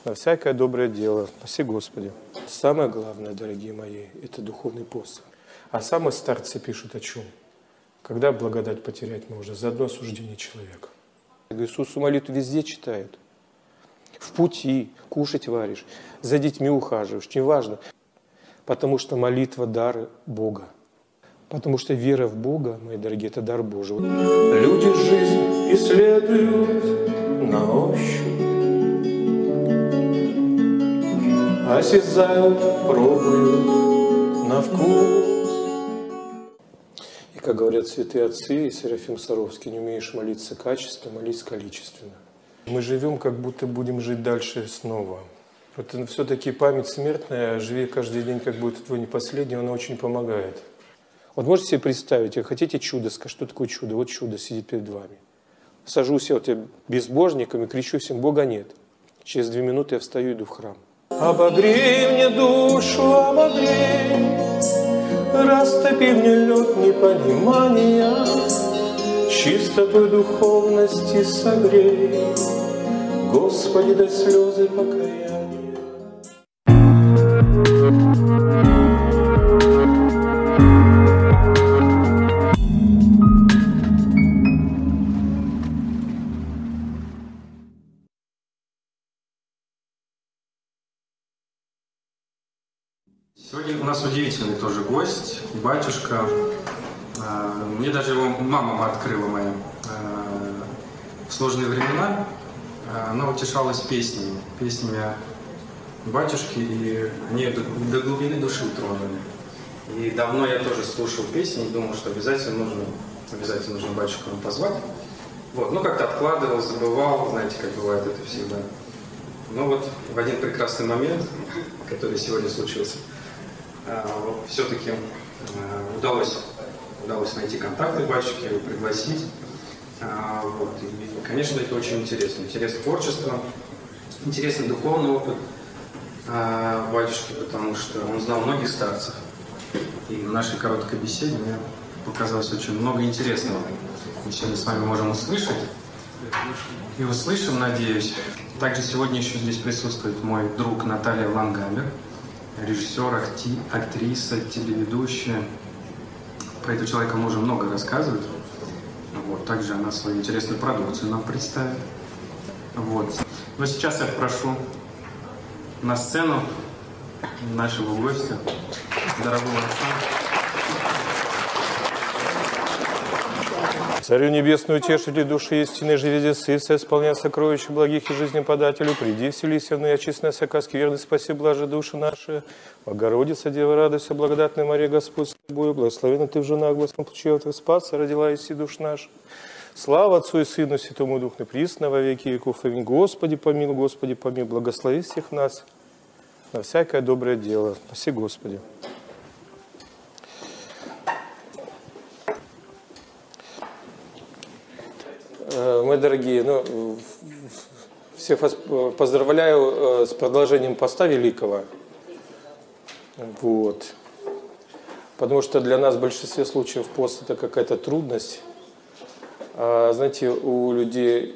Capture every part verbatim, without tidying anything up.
на всякое доброе дело. Спаси Господи. Самое главное, дорогие мои, это духовный пост. А самые старцы пишут о чем? Когда благодать потерять можно? За одно осуждение человека. Иисусу молитву везде читают. В пути, кушать варишь, за детьми ухаживаешь, неважно. Потому что молитва – дар Бога. Потому что вера в Бога, мои дорогие, это дар Божий. Люди жизнь исследуют на ощупь, осязают, пробуют на вкус. И, как говорят святые отцы и Серафим Саровский, не умеешь молиться качественно, молись количественно. Мы живем, как будто будем жить дальше снова. Вот все-таки память смертная, живи каждый день, как будто твой не последний, она очень помогает. Вот можете себе представить, вы хотите чудо, скажите, что такое чудо? Вот чудо сидит перед вами. Сажусь я вот я безбожником и кричу всем: Бога нет. Через две минуты я встаю и иду в храм. Обогрей мне душу, обогрей, растопи мне лед непонимания, чистотой духовности согрей, Господи, дай слезы покаяния. Сегодня у нас удивительный тоже гость, батюшка. Мне даже его мама открыла моя. В сложные времена она утешалась песнями, песнями батюшки, и они до глубины души тронули. И давно я тоже слушал песни и думал, что обязательно нужно, обязательно нужно батюшку позвать. Вот, ну как-то откладывал, забывал, знаете, как бывает это всегда. Но вот в один прекрасный момент, который сегодня случился, все-таки удалось, удалось найти контакты батюшки, его пригласить. Вот. И, конечно, это очень интересно. Интересно творчество, интересный духовный опыт батюшки, потому что он знал многих старцев. И в нашей короткой беседе мне показалось очень много интересного. Мы сегодня с вами можем услышать и услышим, надеюсь. Также сегодня еще здесь присутствует мой друг Наталья Лангамер, режиссер, актриса, телеведущая. Про этого человека можно много рассказывать. Вот. Также она свою интересную продукцию нам представит. Вот. Но сейчас я прошу на сцену нашего гостя, дорогого отца. Царю небесный, утешитель души истины, живи здесь, и все исполняя сокровища благих и жизнеподателю, приди, вселись, и очистная всяка скверны, спаси, блажи души наши. Богородица, Дева, радуйся, благодатная Мария, Господь с тобою, благословенна ты в женах, Господь почуял твой спаса, родила иси душ наш. Слава Отцу и Сыну, Святому Духу, присно во веки веков. Аминь. Господи, помилуй, Господи, помилуй, благослови всех нас на всякое доброе дело. Спаси, Господи. Мои дорогие, ну, всех вас поздравляю с продолжением поста великого. Вот. Потому что для нас в большинстве случаев пост – это какая-то трудность. А, знаете, у людей,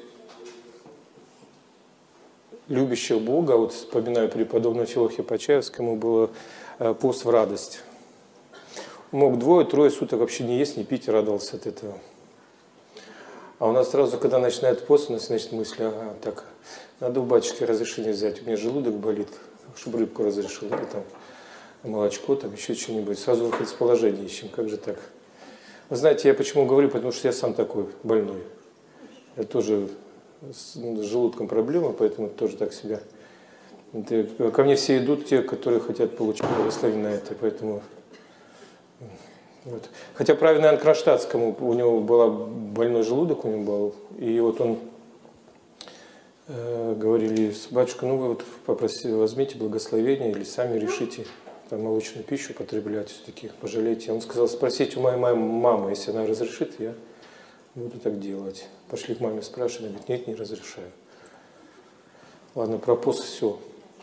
любящих Бога, вот вспоминаю преподобного Филохия Почаевского, ему было пост в радость. Мог двое-трое суток вообще не есть, не пить, и радовался от этого. А у нас сразу, когда начинает пост, у нас начинает мысль: ага, так, надо у батюшки разрешение взять, у меня желудок болит, чтобы рыбку разрешил, или там молочко, там еще что-нибудь. Сразу выход из положения ищем, как же так? Вы знаете, я почему говорю, потому что я сам такой больной. Я тоже с, ну, с желудком проблема, поэтому тоже так себя. Это, ко мне все идут те, которые хотят получить благословение на это, поэтому... Вот. Хотя правильно Иоанн Кронштадтскому, у него был больной желудок, у него был, и вот он э, говорили: батюшка, ну вы вот попросите, возьмите благословение или сами решите там молочную пищу потреблять, все-таки пожалейте. Он сказал: спросите у моей мамы, если она разрешит, я буду так делать. Пошли к маме, спрашивали, она говорит: нет, не разрешаю. Ладно, про пост все.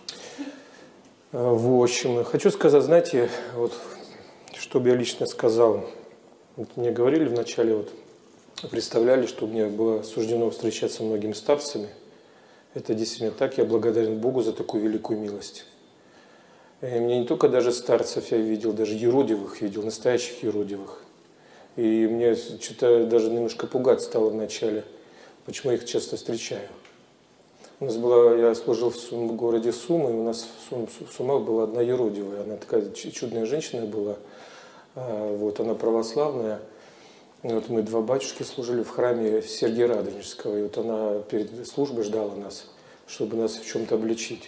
В общем, хочу сказать, знаете, вот что бы я лично сказал. Вот мне говорили вначале, вот, представляли, что мне было суждено встречаться с многими старцами. Это действительно так. Я благодарен Богу за такую великую милость. И мне не только даже старцев я видел, даже еродивых видел, настоящих еродивых. И мне что-то даже немножко пугать стало вначале, почему я их часто встречаю. У нас была, я служил в, Сум, в городе Сума, и у нас в, Сум, в Сумах была одна еродивая. Она такая чудная женщина была, вот, она православная. И вот мы два батюшки служили в храме Сергия Радонежского, и вот она перед службой ждала нас, чтобы нас в чем-то обличить.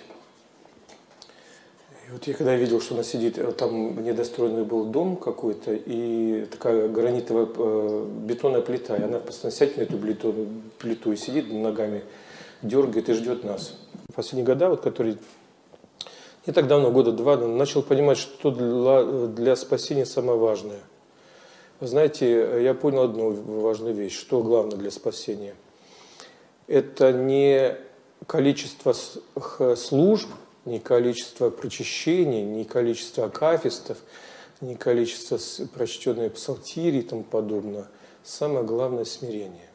И вот я когда видел, что она сидит, там недостроенный был дом какой-то, и такая гранитовая э, бетонная плита, и она постоянно сядет на эту плиту, плиту и сидит ногами, дергает и ждет нас. В последние года, вот, которые не так давно, года два, начал понимать, что для, для спасения самое важное. Вы знаете, я понял одну важную вещь, что главное для спасения. Это не количество служб, ни количество причащений, ни количество акафистов, ни количество прочтенной псалтири и тому подобное. Самое главное – смирение.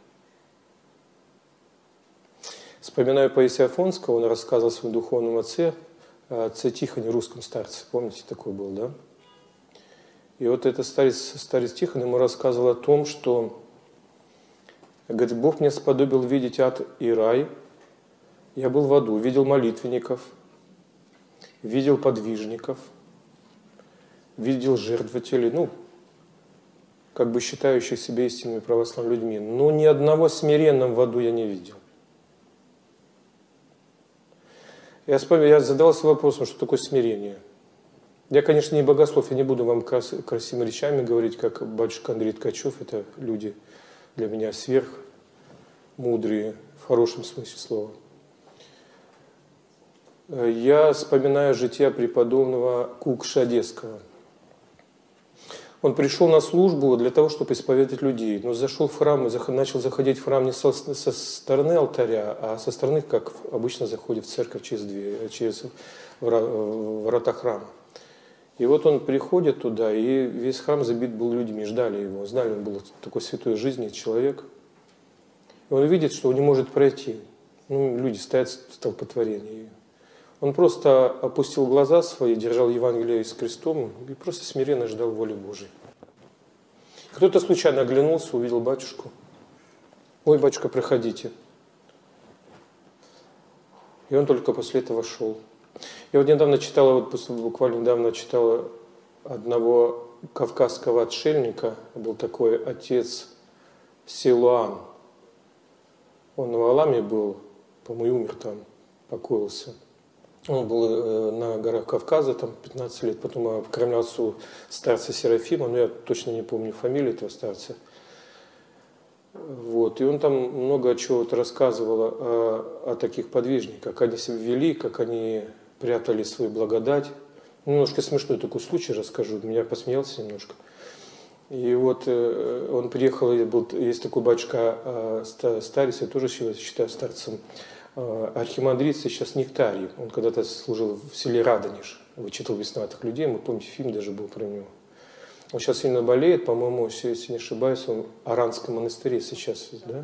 Вспоминаю Паисия Афонского, он рассказывал о своем духовном отце, отце Тихоне, русском старце. Помните, такой был, да? И вот этот старец, старец Тихон ему рассказывал о том, что, говорит, Бог мне сподобил видеть ад и рай. Я был в аду, видел молитвенников, видел подвижников, видел жертвователей, ну, как бы считающих себя истинными православными людьми. Но ни одного смиренного в аду я не видел. Я, вспомнил, я задавался вопросом, что такое смирение. Я, конечно, не богослов, я не буду вам крас красивыми речами говорить, как батюшка Андрей Ткачев. Это люди для меня сверхмудрые, в хорошем смысле слова. Я вспоминаю жития преподобного Кукши Одесского. Он пришел на службу для того, чтобы исповедать людей, но зашел в храм и начал заходить в храм не со, со стороны алтаря, а со стороны, как обычно заходит в церковь через, дверь, через ворота храма. И вот он приходит туда, и весь храм забит был людьми, ждали его, знали, он был такой святой жизни человек. И он видит, что он не может пройти. Ну, люди стоят в столпотворении. Он просто опустил глаза свои, держал Евангелие с крестом и просто смиренно ждал воли Божией. Кто-то случайно оглянулся, увидел батюшку. «Ой, батюшка, проходите». И он только после этого шел. Я вот недавно читала, вот буквально недавно читала одного кавказского отшельника, был такой отец Силуан. Он в Аламе был, по-моему, умер там, покоился. Он был на горах Кавказа, там пятнадцать лет, потом окормлялся у старца Серафима, но я точно не помню фамилию этого старца. Вот. И он там много чего-то рассказывал о, о таких подвижниках, как они себя вели, как они прятали свою благодать. Немножко смешной такой случай расскажу, меня посмеялся немножко. И вот он приехал, был, есть такой батюшка старец, я тоже считаю старцем, архимандрит сейчас Нектарий. Он когда-то служил в селе Радонеж, вычитал бесноватых людей, мы помните, фильм даже был про него. Он сейчас сильно болеет, по-моему, если не ошибаюсь, он в Аранском монастыре сейчас, да?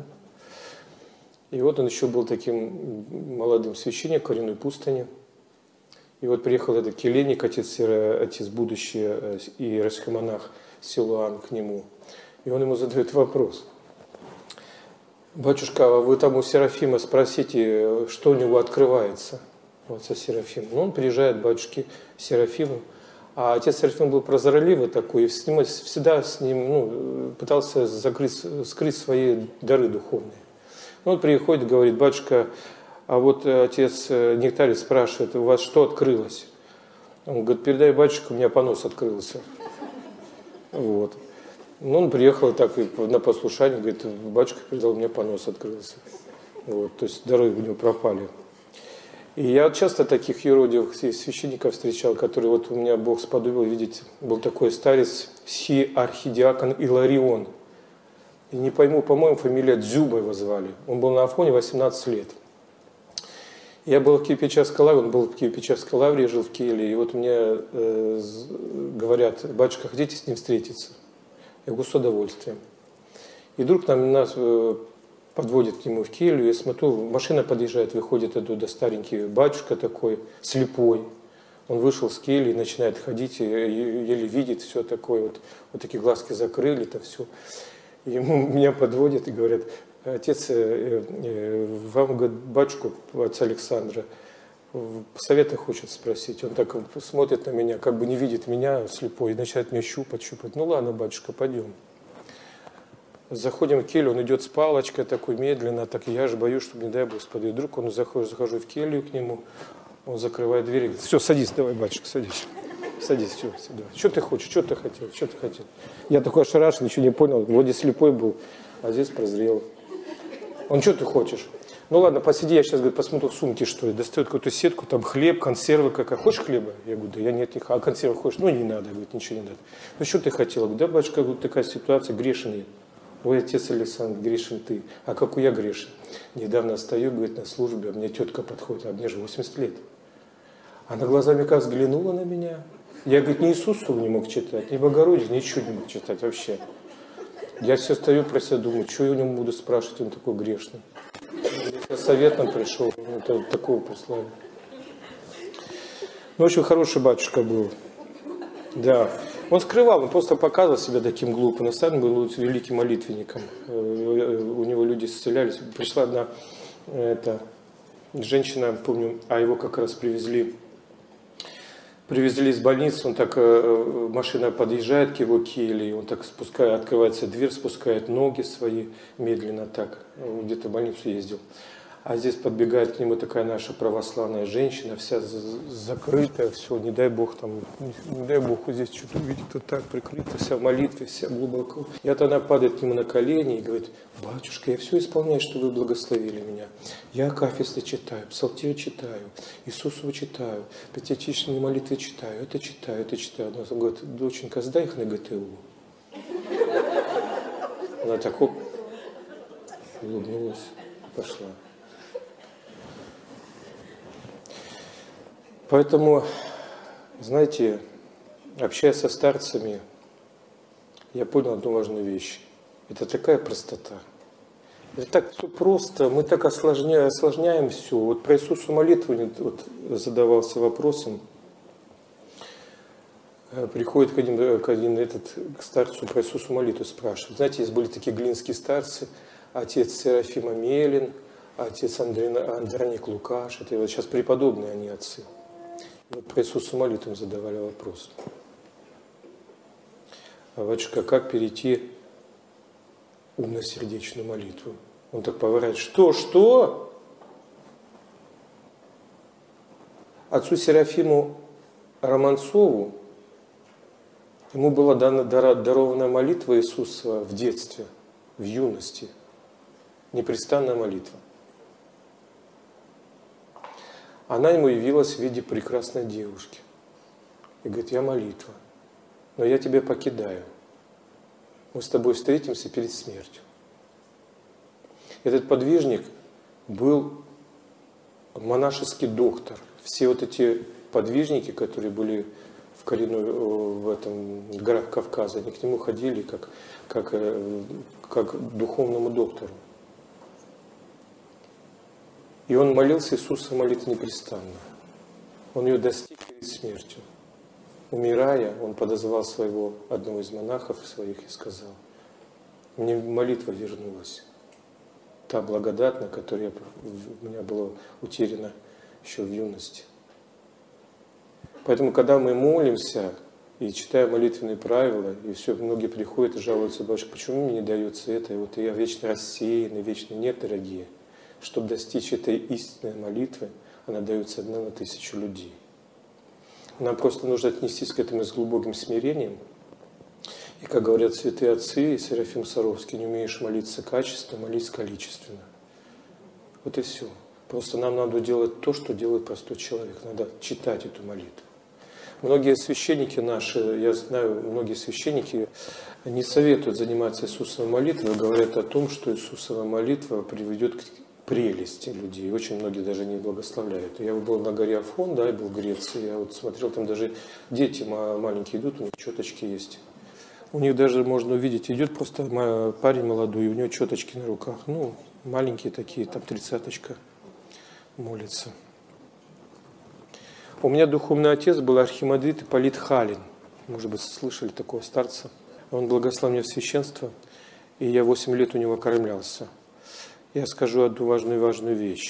И вот он еще был таким молодым священником в коренной пустыне. И вот приехал этот келейник, отец, отец будущий иерархимонах Силуан к нему. И он ему задает вопрос. «Батюшка, вы там у Серафима спросите, что у него открывается?» Вот со Серафимом. Ну, он приезжает к батюшке Серафиму. А отец Серафим был прозорливый такой, и всегда с ним ну, пытался закрыть, скрыть свои дары духовные. Он приходит и говорит: «Батюшка, а вот отец Нектарий спрашивает, у вас что открылось?» Он говорит: «Передай, батюшка, у меня понос открылся». Вот. Ну, он приехал так и на послушание, говорит: «Батюшка передал, у меня понос открылся». Вот. То есть дары у него пропали. И я часто таких еродивых священников встречал, которые вот у меня Бог сподобил видеть. Был такой старец архидиакон Иларион. И не пойму, по-моему, фамилия Дзюба его звали. Он был на Афоне восемнадцать лет. Я был в Киево-Печерской лавре, он был в Киево-Печерской лавре, жил в Киеве. И вот мне э, говорят: «Батюшка, хотите с ним встретиться?» Я говорю: «С удовольствием». И вдруг нам, нас э, подводит к нему в келью. Я смотрю, машина подъезжает, выходит оттуда старенький батюшка такой, слепой. Он вышел с кельи, начинает ходить, еле видит все такое. Вот, вот такие глазки закрыли, то все. Ему меня подводят и говорят: отец, э, э, вам, говорит, батюшку, отца Александра, совета хочет спросить. Он так смотрит на меня, как бы не видит меня, слепой, и начинает меня щупать, щупать. Ну ладно, батюшка, пойдем. Заходим в келью, он идет с палочкой такой медленно, так я же боюсь, чтобы, не дай Господи, вдруг он заходит, захожу в келью к нему, он закрывает дверь и говорит: все, садись, давай, батюшка, садись. Садись, все, сюда. Что ты хочешь, что ты хотел, что ты хотел? Я такой ошарашен, ничего не понял, вроде слепой был, а здесь прозрел. Он: что ты хочешь? Ну ладно, посиди, я сейчас, говорит, посмотрю в сумке, что ли. Достает какую-то сетку, там хлеб, консервы какая. Хочешь хлеба? Я говорю: да я нет, не хочу. А консервы хочешь? Ну не надо, говорит, ничего не надо. Ну что ты хотел? Я говорю: да, батюшка, говорит, такая ситуация, грешен я. Ой, отец Александр, грешен ты. А какой я грешен? Недавно стою, говорит, на службе, а мне тетка подходит, а мне же восемьдесят лет. Она глазами как взглянула на меня. Я, говорит, ни Иисусу не мог читать, ни Богородицу, ничего не мог читать вообще. Я все стою про себя, думаю, что я у него буду спрашивать, он такой грешный. Я совет нам пришел, это такого прислали. Ну, очень хороший батюшка был. Да. Он скрывал, он просто показывал себя таким глупым. На самом деле был великим молитвенником. У него люди исцелялись. Пришла одна это, женщина, помню, а его как раз привезли. Привезли из больницы, он так, машина подъезжает к его келье, он так спускает, открывается дверь, спускает ноги свои медленно так, где-то в больницу ездил. А здесь подбегает к нему такая наша православная женщина, вся закрытая, все, не дай Бог там, не дай Бог вот здесь что-то увидит, вот так прикрыта, вся в молитве, вся глубоко. И вот она падает к нему на колени и говорит: батюшка, я все исполняю, что вы благословили меня. Я акафисты читаю, псалтирь читаю, Иисусову читаю, пятидесятичные молитвы читаю, это читаю, это читаю. Она говорит: доченька, сдай их на ГТУ. Она так оп, улыбнулась, пошла. Поэтому, знаете, общаясь со старцами, я понял одну важную вещь. Это такая простота. Это так все просто, мы так осложняем, осложняем все. Вот про Иисусу молитву вот, задавался вопросом. Приходит к один, к один этот, к старцу про Иисусу молитву спрашивает. Знаете, есть были такие глинские старцы, отец Серафим Амелин, отец Андроник Лукаш. Это вот сейчас преподобные они отцы. Вот про Иисусу молитву задавали вопрос. А батюшка, как перейти умно-сердечную молитву? Он так поворачивает: что, что? Отцу Серафиму Романцову, ему была дана, дарована молитва Иисуса в детстве, в юности. Непрестанная молитва. Она ему явилась в виде прекрасной девушки. И говорит: я молитва, но я тебя покидаю. Мы с тобой встретимся перед смертью. Этот подвижник был монашеский доктор. Все вот эти подвижники, которые были в коренной, в этом, в горах Кавказа, они к нему ходили как, как, как к духовному доктору. И он молился Иисуса молитву непрестанно. Он ее достиг перед смертью. Умирая, он подозвал своего, одного из монахов своих и сказал: мне молитва вернулась. Та благодатная, которая у меня была утеряна еще в юности. Поэтому, когда мы молимся и читаем молитвенные правила, и все, многие приходят и жалуются: батюшка, почему мне не дается это? И вот я вечно рассеянный, вечно нет, дорогие. Чтобы достичь этой истинной молитвы, она дается одна на тысячу людей. Нам просто нужно отнестись к этому с глубоким смирением. И, как говорят святые отцы и Серафим Саровский, не умеешь молиться качественно, молись количественно. Вот и все. Просто нам надо делать то, что делает простой человек. Надо читать эту молитву. Многие священники наши, я знаю, многие священники не советуют заниматься Иисусовой молитвой, говорят о том, что Иисусова молитва приведет к прелести людей. Очень многие даже не благословляют. Я был на горе Афон, да, я был в Греции, я вот смотрел, там даже дети маленькие идут, у них четочки есть. У них даже можно увидеть, идет просто парень молодой, и у него четочки на руках. Ну, маленькие такие, там тридцаточка молится. У меня духовный отец был архимандрит Ипполит Халин. Может быть, слышали такого старца. Он благословил меня в священство, и я восемь лет у него окормлялся. Я скажу одну важную важную вещь.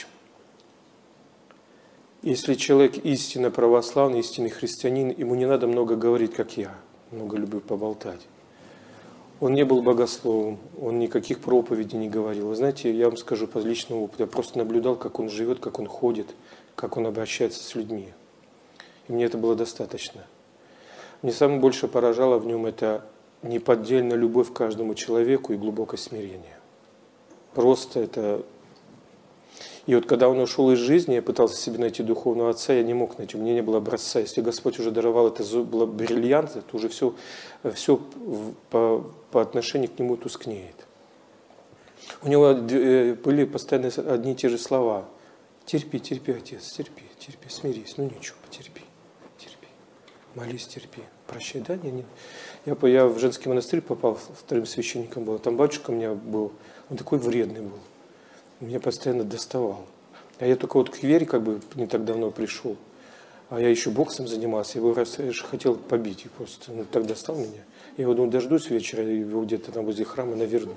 Если человек истинно православный, истинный христианин, ему не надо много говорить, как я, много люблю поболтать. Он не был богословом, он никаких проповедей не говорил. Вы знаете, я вам скажу по личному опыту, я просто наблюдал, как он живет, как он ходит, как он обращается с людьми. И мне это было достаточно. Мне самое больше поражало в нем это неподдельная любовь к каждому человеку и глубокое смирение. Просто это... И вот когда он ушел из жизни, я пытался себе найти духовного отца, я не мог найти, у меня не было образца. Если Господь уже даровал это бриллиант, то уже все, все по, по отношению к нему тускнеет. У него были постоянно одни и те же слова. Терпи, терпи, отец, терпи, терпи, смирись, ну ничего, потерпи, терпи, молись, терпи, прощай. Да, не, не. Я, я в женский монастырь попал, вторым священником был, там батюшка у меня был, он такой вредный был. Меня постоянно доставал. А я только вот к вере как бы не так давно пришел. А я еще боксом занимался. Я его раз я же хотел побить. И просто ну, так достал меня. Я его думаю, дождусь вечера, и его где-то там возле храма наверну.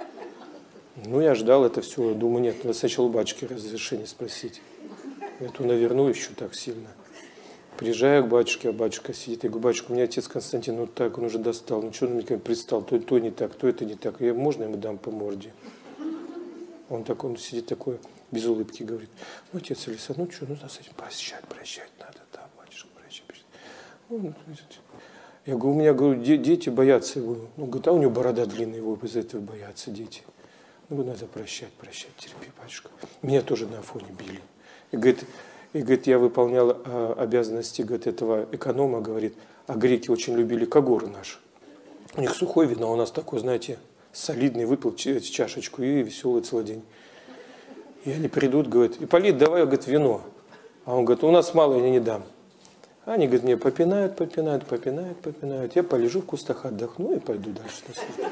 Ну, я ждал это все. Думаю, нет, надо сначала у батюшки разрешение спросить. Я ту наверну еще так сильно. Приезжаю к батюшке, а батюшка сидит. Я говорю, батюшка, у меня отец Константин, ну так, он уже достал. Ну, что он мне пристал? То, то не так, то это не так. Я, можно ему дам по морде? Он, так, он сидит такой, без улыбки, говорит, ну, отец Алиса, ну что, ну, с этим прощать, прощать надо, да, батюшка, прощать, прощать. Ну, я говорю, у меня, говорю, дети боятся его. Ну, говорит, а у него борода длинная, его из-за этого боятся дети. Ну, надо прощать, прощать, терпи, батюшка. Меня тоже на Афоне били. И говорит, и, говорит я выполнял а, обязанности, говорит, этого эконома, говорит, а греки очень любили когоры наши. У них сухое вино, а у нас такое, знаете, солидный, выпил чашечку и веселый целый день. И они придут, говорят, Ипполит, давай, говорит, вино. А он говорит, у нас мало, я не дам. Они, говорит, мне попинают, попинают, попинают, попинают. Я полежу в кустах, отдохну и пойду дальше на службу.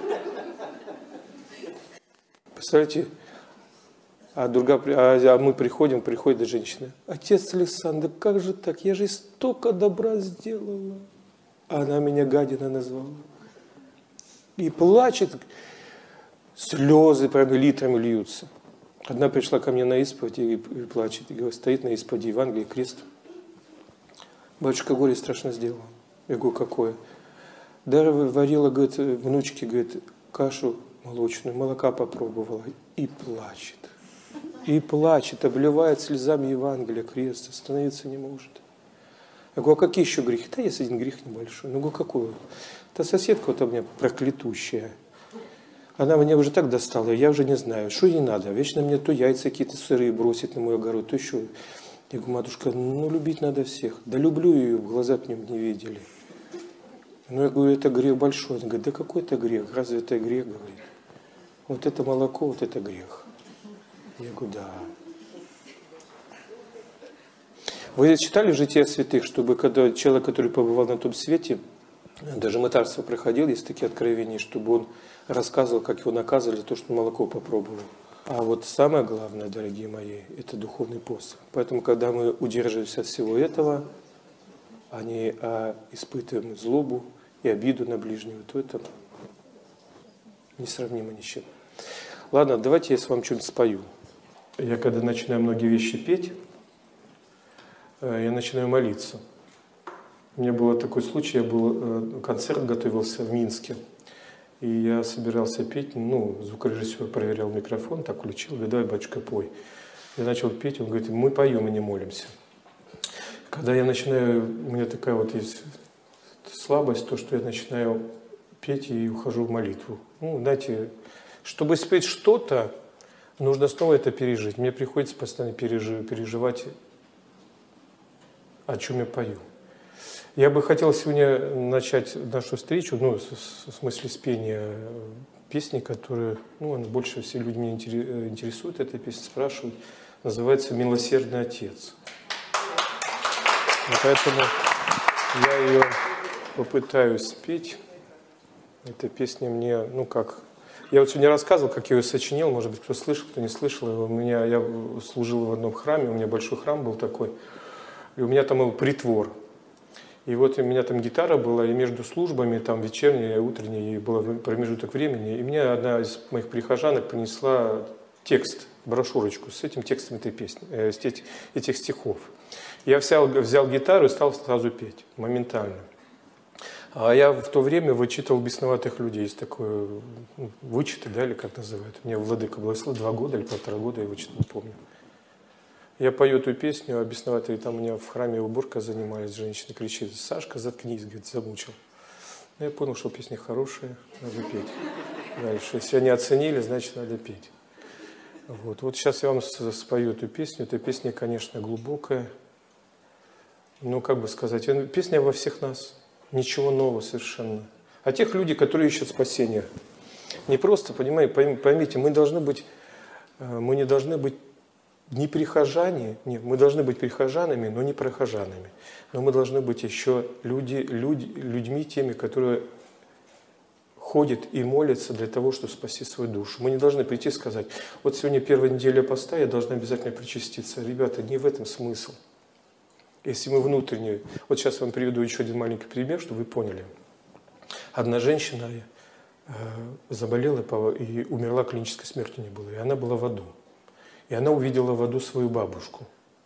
Представляете, а, друга, а, а мы приходим, приходит женщина. Отец Александр, как же так? Я же столько добра сделала. Она меня гадина назвала. И плачет, слезы прям литрами льются. Одна пришла ко мне на исповедь и, и плачет, и говорит, стоит на исповеди Евангелие, крест. Батюшка, горе страшно сделала. Я говорю, какое? Даже варила, говорит, внучке, говорит, кашу молочную, молока попробовала и плачет. И плачет, обливает слезами Евангелие, крест, остановиться не может. Я говорю, а какие еще грехи? Да есть один грех небольшой. Ну, говорю, какой? Та соседка вот у меня проклятущая. Она меня уже так достала, я уже не знаю, что ей надо. Вечно мне то яйца какие-то сырые бросит на мой огород, то еще. Я говорю, матушка, ну любить надо всех. Да люблю ее, глаза к ним не видели. Ну, я говорю, это грех большой. Она говорит, да какой это грех? Разве это грех, говорит? Вот это молоко, вот это грех. Я говорю, да. Вы читали «Жития святых», чтобы когда человек, который побывал на том свете, даже мытарство проходил, есть такие откровения, чтобы он рассказывал, как его наказывали за то, что молоко попробовал. А вот самое главное, дорогие мои, это духовный пост. Поэтому, когда мы удерживаемся от всего этого, а не а испытываем злобу и обиду на ближнего, то это несравнимо ни с чем. Ладно, давайте я с вами что-нибудь спою. Я когда начинаю многие вещи петь, я начинаю молиться. У меня был такой случай, я был, концерт готовился в Минске, и я собирался петь, ну, звукорежиссер проверял микрофон, так включил, говорит, давай, батюшка, пой. Я начал петь, он говорит, мы поем и не молимся. Когда я начинаю, у меня такая вот есть слабость, то, что я начинаю петь и ухожу в молитву. Ну, знаете, чтобы спеть что-то, нужно снова это пережить. Мне приходится постоянно пережив, переживать, о чем я пою. Я бы хотел сегодня начать нашу встречу, ну, в смысле с пения песни, которая, ну, она больше всех людьми интересует, эта песня, спрашивают, называется «Милосердный Отец». И поэтому я ее попытаюсь спеть. Эта песня мне, ну, как Я вот сегодня рассказывал, как я ее сочинил, может быть, кто слышал, кто не слышал. У меня, я служил в одном храме, у меня большой храм был такой, и у меня там был притвор. И вот у меня там гитара была, и между службами, там вечерней и утренней, был промежуток времени, и мне одна из моих прихожанок принесла текст, брошюрочку с этим текстом этой песни, э, с этих, этих стихов. Я взял, взял гитару и стал сразу петь, моментально. А я в то время вычитывал «Бесноватых людей». Есть такое, ну, вычеты, да, или как называют. Мне владыка благословил, два года или полтора года я вычитал, не помню. Я пою эту песню, а бесноватые там у меня в храме уборка занимались, женщина кричит: «Сашка, заткнись», говорит, замучил. Но я понял, что песня хорошая, надо петь дальше. Если они оценили, значит, надо петь. Вот, вот сейчас я вам спою эту песню. Эта песня, конечно, глубокая. Ну, как бы сказать, песня во всех нас. Ничего нового совершенно. А тех людей, которые ищут спасения. Не просто, понимаете, поймите, мы должны быть, мы не должны быть не прихожане, нет, мы должны быть прихожанами, но не прохожанами. Но мы должны быть еще люди, люди, людьми теми, которые ходят и молятся для того, чтобы спасти свою душу. Мы не должны прийти и сказать: вот сегодня первая неделя поста, я должна обязательно причаститься. Ребята, не в этом смысл. Если мы внутренне... Вот сейчас вам приведу еще один маленький пример, чтобы вы поняли. Одна женщина э, заболела и умерла, клинической смерти не было. И она была в аду. И она увидела в аду свою бабушку.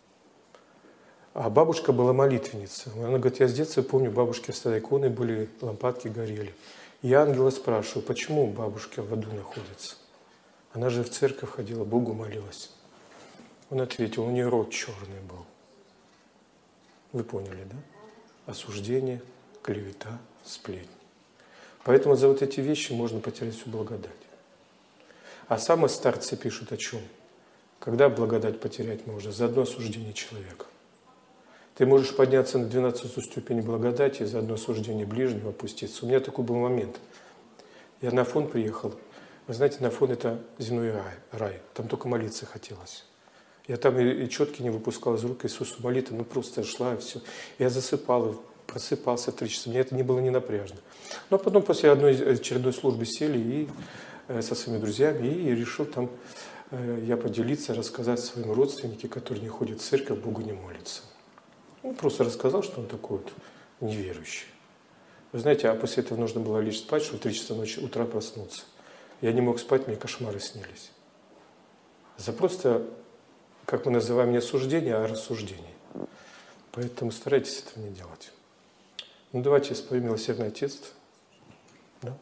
А бабушка была молитвенница. Она говорит: я с детства помню, бабушки стояли, иконы были, лампадки горели. И я ангела спрашиваю: почему бабушка в аду находится? Она же в церковь ходила, Богу молилась. Он ответил: у нее рот черный был. Вы поняли, да? Осуждение, клевета, сплетни. Поэтому за вот эти вещи можно потерять всю благодать. А самые старцы пишут о чем? Когда благодать потерять можно? За одно осуждение человека. Ты можешь подняться на двенадцатую ступень благодати и за одно осуждение ближнего опуститься. У меня такой был момент. Я на Афон приехал. Вы знаете, на Афон это земной рай. рай. Там только молиться хотелось. Я там и, и четки не выпускал из рук, Иисусу молитвы, ну просто шла и все. Я засыпал, просыпался в три часа, мне это не было не напряжно. Но потом после одной очередной службы сели и э, со своими друзьями и решил там э, я поделиться, рассказать своим родственникам, которые не ходят в церковь, Богу не молятся. Он просто рассказал, что он такой вот неверующий. Вы знаете, а после этого нужно было лечь спать, чтобы в три часа ночи утра проснуться. Я не мог спать, мне кошмары снились. За просто... как мы называем, не осуждение, а рассуждение. Поэтому старайтесь этого не делать. Ну, давайте споем «Милосердный Отец». Да?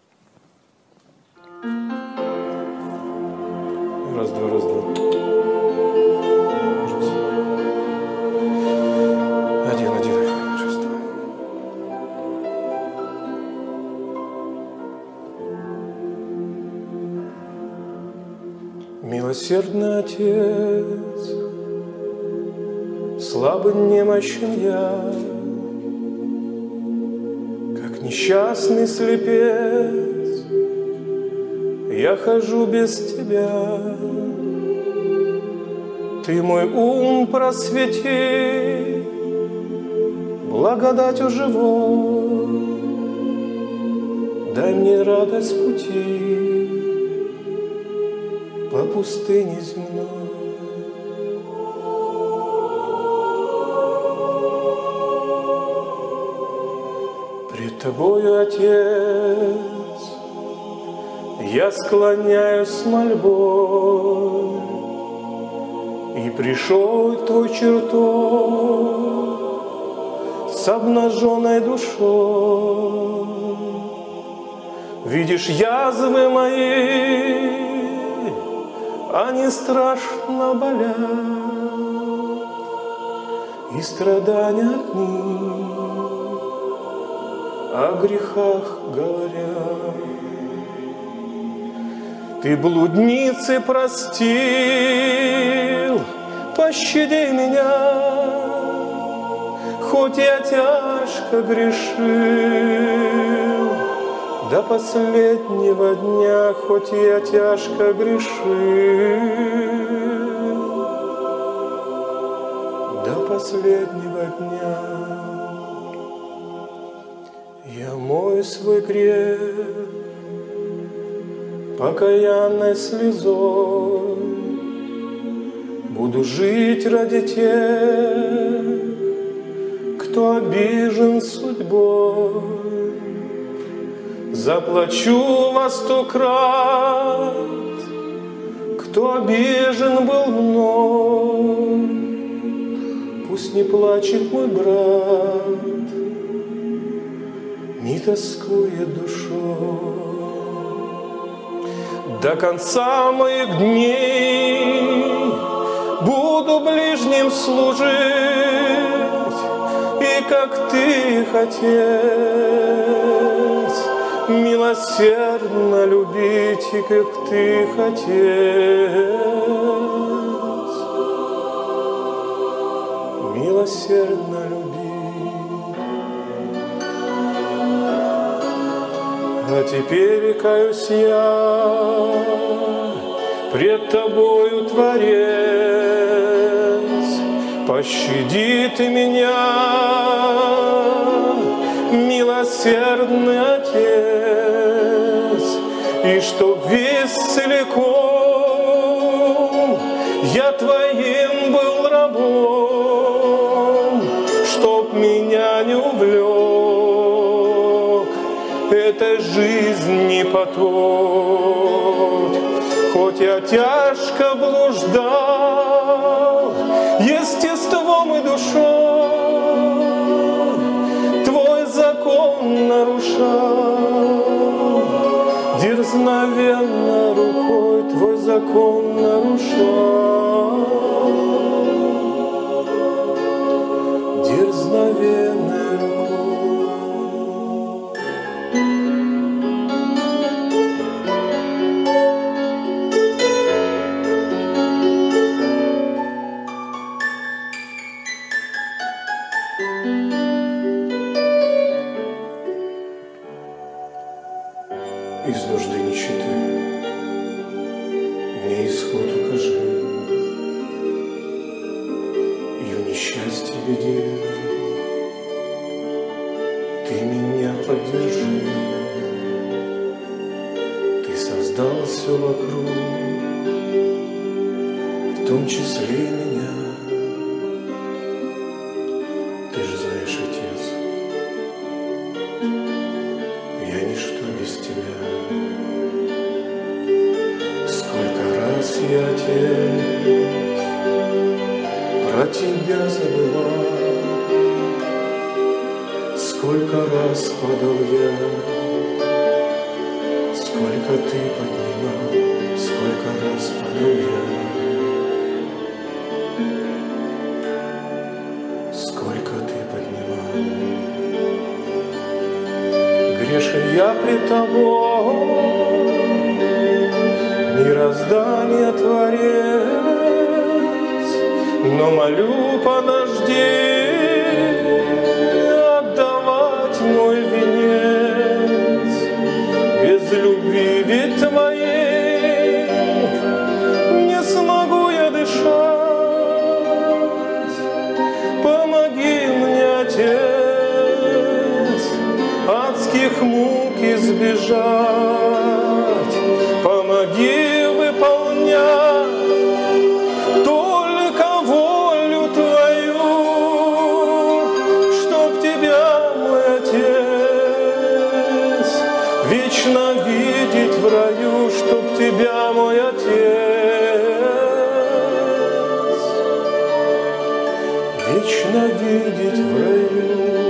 Раз, два, раз, два. Один, один. Раз, два. Милосердный Отец, слабый, немощен я, как несчастный слепец, я хожу без Тебя. Ты мой ум просвети, благодатью живой, дай мне радость пути по пустыне земной. Пред Тобою, Отец, я склоняюсь с мольбой, и пришел к Твой чертог с обнаженной душой. Видишь язвы мои, они страшно болят, и страдания от них о грехах говорят. Ты блудницы простил, пощади меня, хоть я тяжко грешил, до последнего дня, хоть я тяжко грешил, до последнего дня. Я мою свой грех покаянной слезой буду жить ради тех, кто обижен судьбой. Заплачу во сто крат, кто обижен был мной. Пусть не плачет мой брат, не тоскует душой. До конца моих дней буду ближним служить, и как ты, Отец, милосердно любить, и как ты, Отец, милосердно любить. А теперь каюсь я пред тобою, Творец, пощади ты меня, милосердный Отец, и чтоб весь целиком я твоим был рабом, чтоб меня не увлек этой жизни поток. Хоть я тяжко блуждал естеством и душой, твой закон нарушал, дерзновенно рукой твой закон нарушал, дерзновенно рукой. Из нужды нищеты мне исход укажи, и в несчастье беде ты меня поддержи. Ты создал все вокруг, в том числе и меня. Ты же знаешь, Отец, я ничто без тебя. Сколько раз я, Отец, про тебя забывал, сколько раз падал я, сколько ты поднимал, сколько раз падал я, сколько ты поднимал. Грешен я пред тобой, мироздание Творец, но молю, подожди отдавать мой венец. Без любви ведь твоей не смогу я дышать. Помоги мне, Отец, адских мук избежать. Помоги выполнять только волю твою, чтоб тебя, мой Отец, вечно видеть в раю, чтоб тебя, мой Отец, вечно видеть в раю.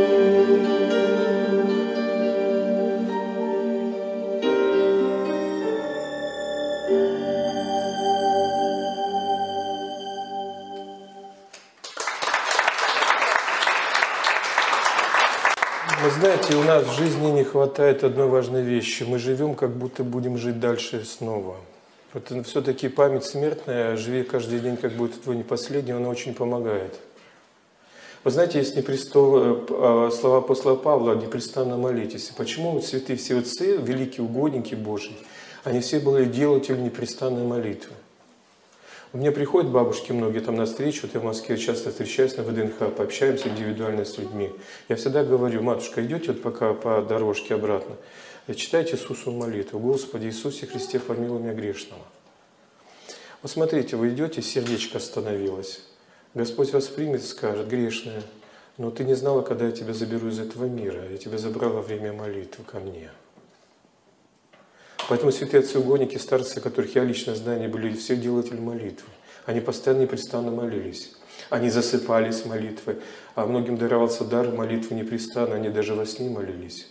Вы знаете, у нас в жизни не хватает одной важной вещи. Мы живем, как будто будем жить дальше снова. Вот все-таки память смертная, живи каждый день, как будто твой не последний, она очень помогает. Вы знаете, есть непрестол, слова апостола Павла: непрестанно молитесь. Почему вот святые все отцы, великие угодники Божьи, они все были делатели непрестанной молитвы? У меня приходят бабушки многие там на встречу, вот я в Москве часто встречаюсь на ВДНХ, пообщаемся индивидуально с людьми. Я всегда говорю: матушка, идете вот пока по дорожке обратно, И читайте Иисусу молитву: Господи Иисусе Христе, помилуй меня грешного. Вот смотрите, вы идете, сердечко остановилось. Господь вас примет и скажет: грешная, но ты не знала, когда я тебя заберу из этого мира. Я тебя забрал во время молитвы ко мне. Поэтому святые отцы-угодники, старцы, которых я лично знаю, они были все делатели молитвы. Они постоянно и непрестанно молились. Они засыпались молитвой. А многим даровался дар молитвы непрестанно. Они даже во сне молились.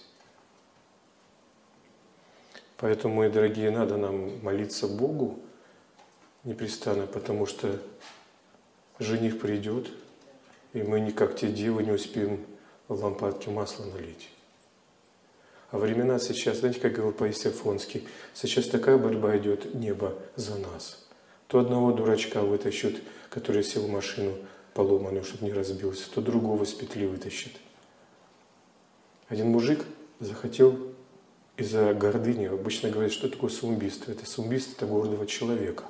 Поэтому, мои дорогие, надо нам молиться Богу непрестанно, потому что жених придет, и мы, не как те девы, не успеем в лампадке масла налить. А времена сейчас, знаете, как говорил Паисий Афонский, сейчас такая борьба идет, небо за нас. То одного дурачка вытащат, который сел в машину поломанную, чтобы не разбился, то другого с петли вытащит. Один мужик захотел из-за гордыни, обычно говорят, что такое самоубийство. Это самоубийство, это гордого человека.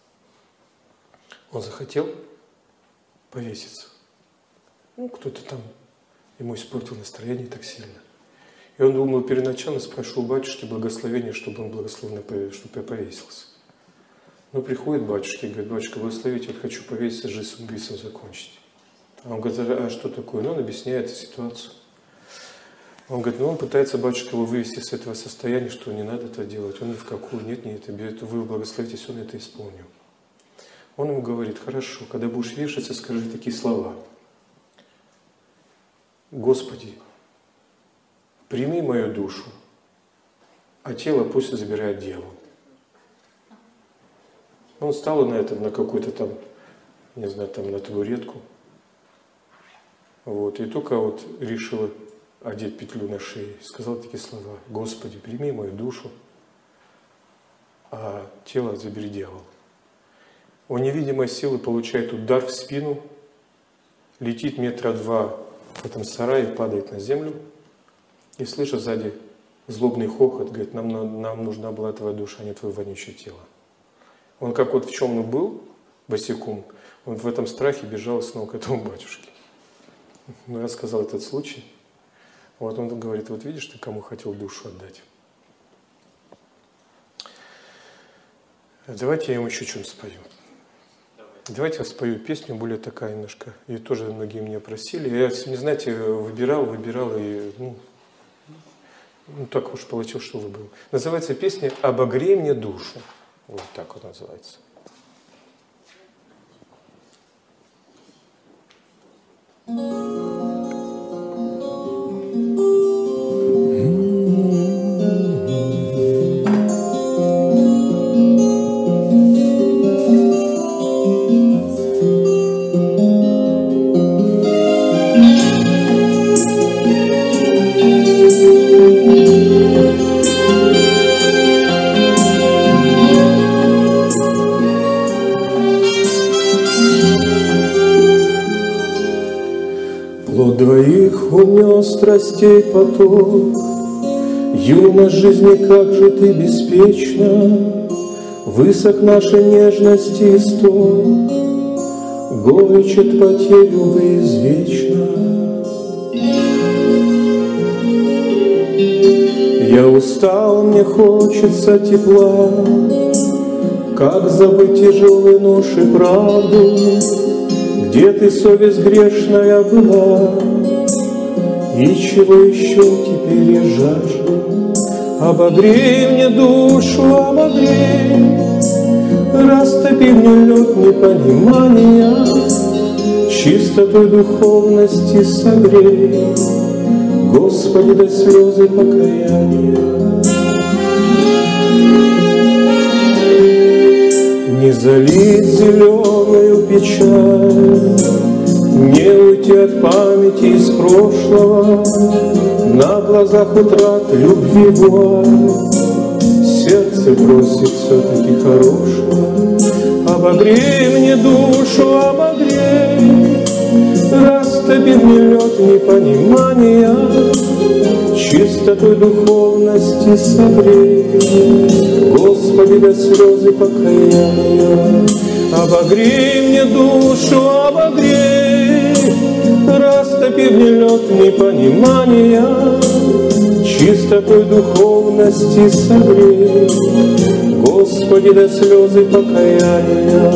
Он захотел повеситься. Ну, кто-то там ему испортил настроение так сильно. И он думал, первоначально спрошу у батюшки благословения, чтобы он благословенно, чтобы я повесился. Но приходит батюшка и говорит: батюшка, благословите, вот хочу повеситься, жизнь самоубийством закончить. А он говорит: а что такое? Ну, он объясняет ситуацию. Он говорит: ну, он пытается, батюшка, его вывести с этого состояния, что не надо это делать. Он ни в какую, нет, нет, это вы благословитесь, он это исполнил. Он ему говорит: хорошо, когда будешь вешаться, скажи такие слова: Господи, прими мою душу, а тело пусть забирает дьявол. Он встал на этом, на какую-то там, не знаю, там на табуретку. Вот, и только вот решил одеть петлю на шее. Сказал такие слова: Господи, прими мою душу, а тело забери дьявол. Он невидимой силы получает удар в спину, летит метра два в этом сарае, падает на землю и слышит сзади злобный хохот, говорит: нам, нам нужна была твоя душа, а не твое вонючее тело. Он как вот в чем он был босиком, он в этом страхе бежал снова к этому батюшке. Ну, я сказал этот случай. Вот он говорит: вот видишь, ты кому хотел душу отдать. Давайте я ему еще что-нибудь спою. Давайте я спою песню, более такая немножко. Ее тоже многие меня просили. Я, не знаете, выбирал, выбирал, и ну, ну так уж получилось, что выбрал. Называется песня «Обогрей мне душу». Вот так вот называется. Двоих унес страстей поток, юность жизни, как же ты беспечна, высок нашей нежности исток, горечь от потерь, увы, извечно. Я устал, мне хочется тепла, как забыть тяжелые ноши правду, где ты, совесть грешная, была, и чего еще теперь я жажду? Обогрей мне душу, обогрей, растопи мне лед непонимания, чистотой духовности согрей, Господи, дай слезы покаяния. Не залить зеленую печаль, не уйти от памяти из прошлого, на глазах утрат любви вуаль, сердце просит все-таки хорошего. Обогрей мне душу, обогрей, растопи мне лед непонимания, чистотой духовности согрей, Господи, дай слезы покаяния. Обогрей мне душу, обогрей, растопи мне лед непонимания, чистотой духовности согрей, Господи, до слезы покаяния.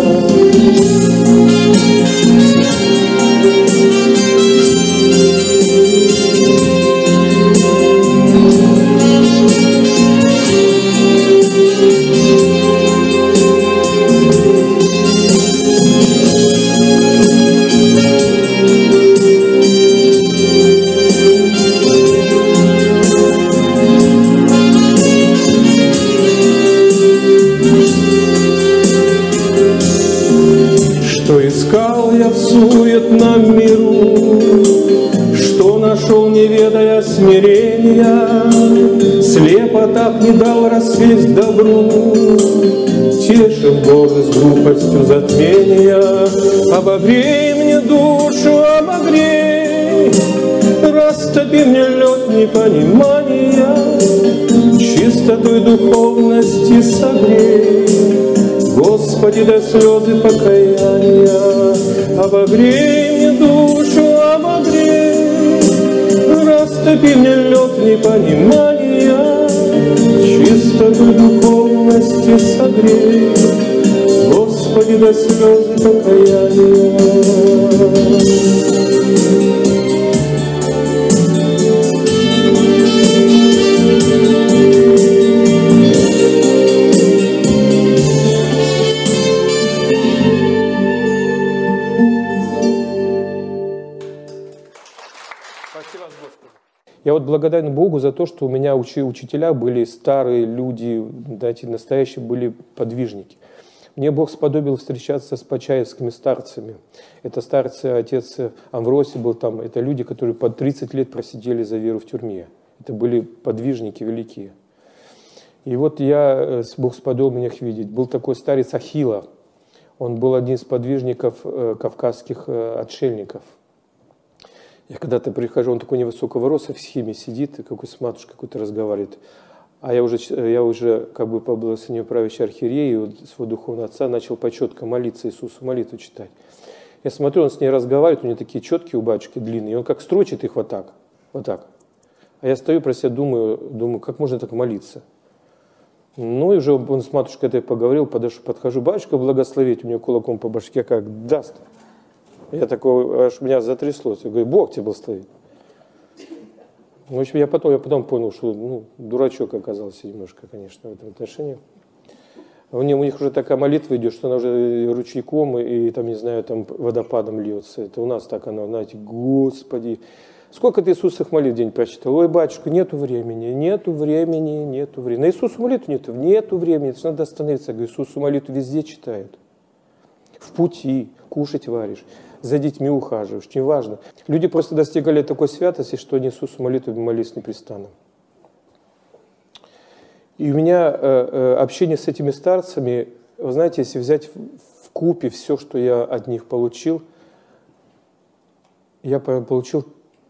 Что искал я в суетном миру, что нашел, не ведая смирения, слепо так не дал расцвесть добру, тешил гордость глупостью затмения. Обогрей мне душу, обогрей, растопи мне лед непонимания, чистотой духовности согрей, Господи, до слезы покаяния. Обогрей мне душу, обогрей, растопи мне лед непонимания, чистотой духовности согрей, Господи, до слезы покаяния. Я вот благодарен Богу за то, что у меня учи, учителя были старые люди, знаете, настоящие были подвижники. Мне Бог сподобил встречаться с почаевскими старцами. Это старцы, отец Амвросий был там. Это люди, которые по тридцать лет просидели за веру в тюрьме. Это были подвижники великие. И вот я, Бог сподобил меня их видеть. Был такой старец Ахилла. Он был один из подвижников кавказских отшельников. Я когда-то прихожу, он такой невысокого роста, в схеме сидит, и какой с матушкой какой-то разговаривает. А я уже, я уже как бы по благословению правящей архиереи, вот, своего духовного отца, начал почетко молиться Иисусу, молитву читать. Я смотрю, он с ней разговаривает, у него такие четкие у батюшки длинные, и он как строчит их вот так, вот так. А я стою про себя, думаю, думаю, как можно так молиться? Ну и уже он с матушкой этой поговорил, подошел, подхожу, батюшка благословить, у меня кулаком по башке как даст. Я такой, аж меня затряслось. Я говорю, Бог тебя благословит. В общем, я потом, я потом понял, что ну, дурачок оказался немножко, конечно, в этом отношении. У них, у них уже такая молитва идет, что она уже ручейком и, и там, не знаю, там водопадом льется. Это у нас так оно, знаете, Господи. Сколько ты Иисусовых молитв в день прочитал? Ой, батюшка, нету времени, нету времени, нету времени. На Иисусу молитву нету, нету времени. Это надо остановиться. Я говорю, Иисусу молитву везде читают. В пути, кушать варишь. За детьми ухаживаешь, неважно. Люди просто достигали такой святости, что они Иисусу молитву молились непрестанно. И у меня э, э, общение с этими старцами, вы знаете, если взять в купе все, что я от них получил, я получил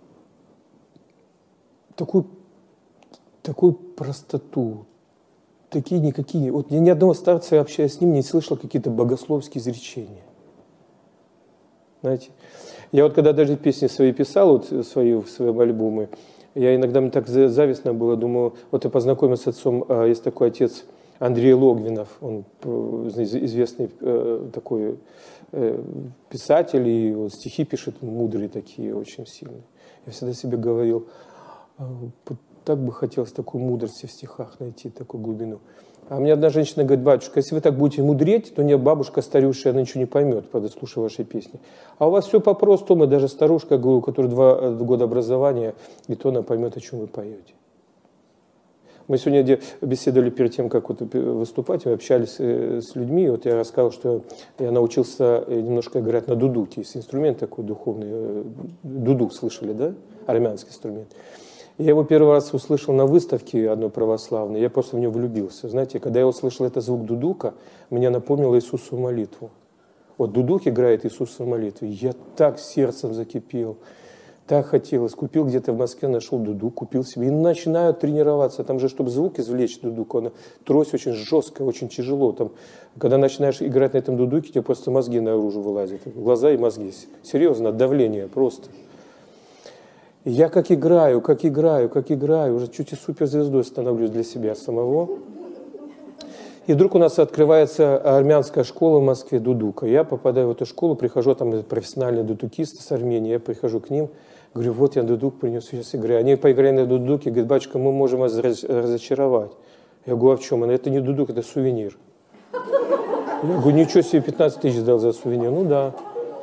такую, такую простоту, такие никакие. Вот я ни одного старца, общаясь с ним, не слышал какие-то богословские изречения. Знаете, я вот когда даже песни свои писал, вот свои в своем альбоме, я иногда мне так завистно было, думаю, вот я познакомился с отцом, есть такой отец Андрей Логвинов, он известный такой писатель, и вот стихи пишет мудрые такие, очень сильные. Я всегда себе говорил, так бы хотелось такую мудрость в стихах найти, такую глубину. А мне одна женщина говорит, батюшка, если вы так будете мудреть, то не бабушка старющая, она ничего не поймет, правда, слушая ваши песни. А у вас все по-простому, даже старушка, у которой два года образования, и то она поймет, о чем вы поете. Мы сегодня беседовали перед тем, как вот выступать, мы общались с людьми, вот я рассказал, что я научился немножко играть на дудуке, есть инструмент такой духовный, дудук слышали, да, армянский инструмент. Я его первый раз услышал на выставке одной православной, я просто в него влюбился. Знаете, когда я услышал этот звук дудука, меня напомнило Иисусову молитву. Вот дудук играет Иисусову молитву. Я так сердцем закипел, так хотелось. Купил где-то в Москве, нашел дудук, купил себе и начинаю тренироваться. Там же, чтобы звук извлечь дудук, он, трость очень жесткая, очень тяжело. Там, когда начинаешь играть на этом дудуке, тебе просто мозги наружу вылазят. Глаза и мозги. Серьезно, от давления просто. И я как играю, как играю, как играю, уже чуть и суперзвездой становлюсь для себя самого. И вдруг у нас открывается армянская школа в Москве, дудука. Я попадаю в эту школу, прихожу, там профессиональные дудукисты с Армении, я прихожу к ним, говорю, вот я дудук принес, сейчас играю. Они поиграли на дудуке, говорят, батюшка, мы можем вас разочаровать. Я говорю, а в чем? Это не дудук, это сувенир. Я говорю, ничего себе, пятнадцать тысяч дал за сувенир. Ну да.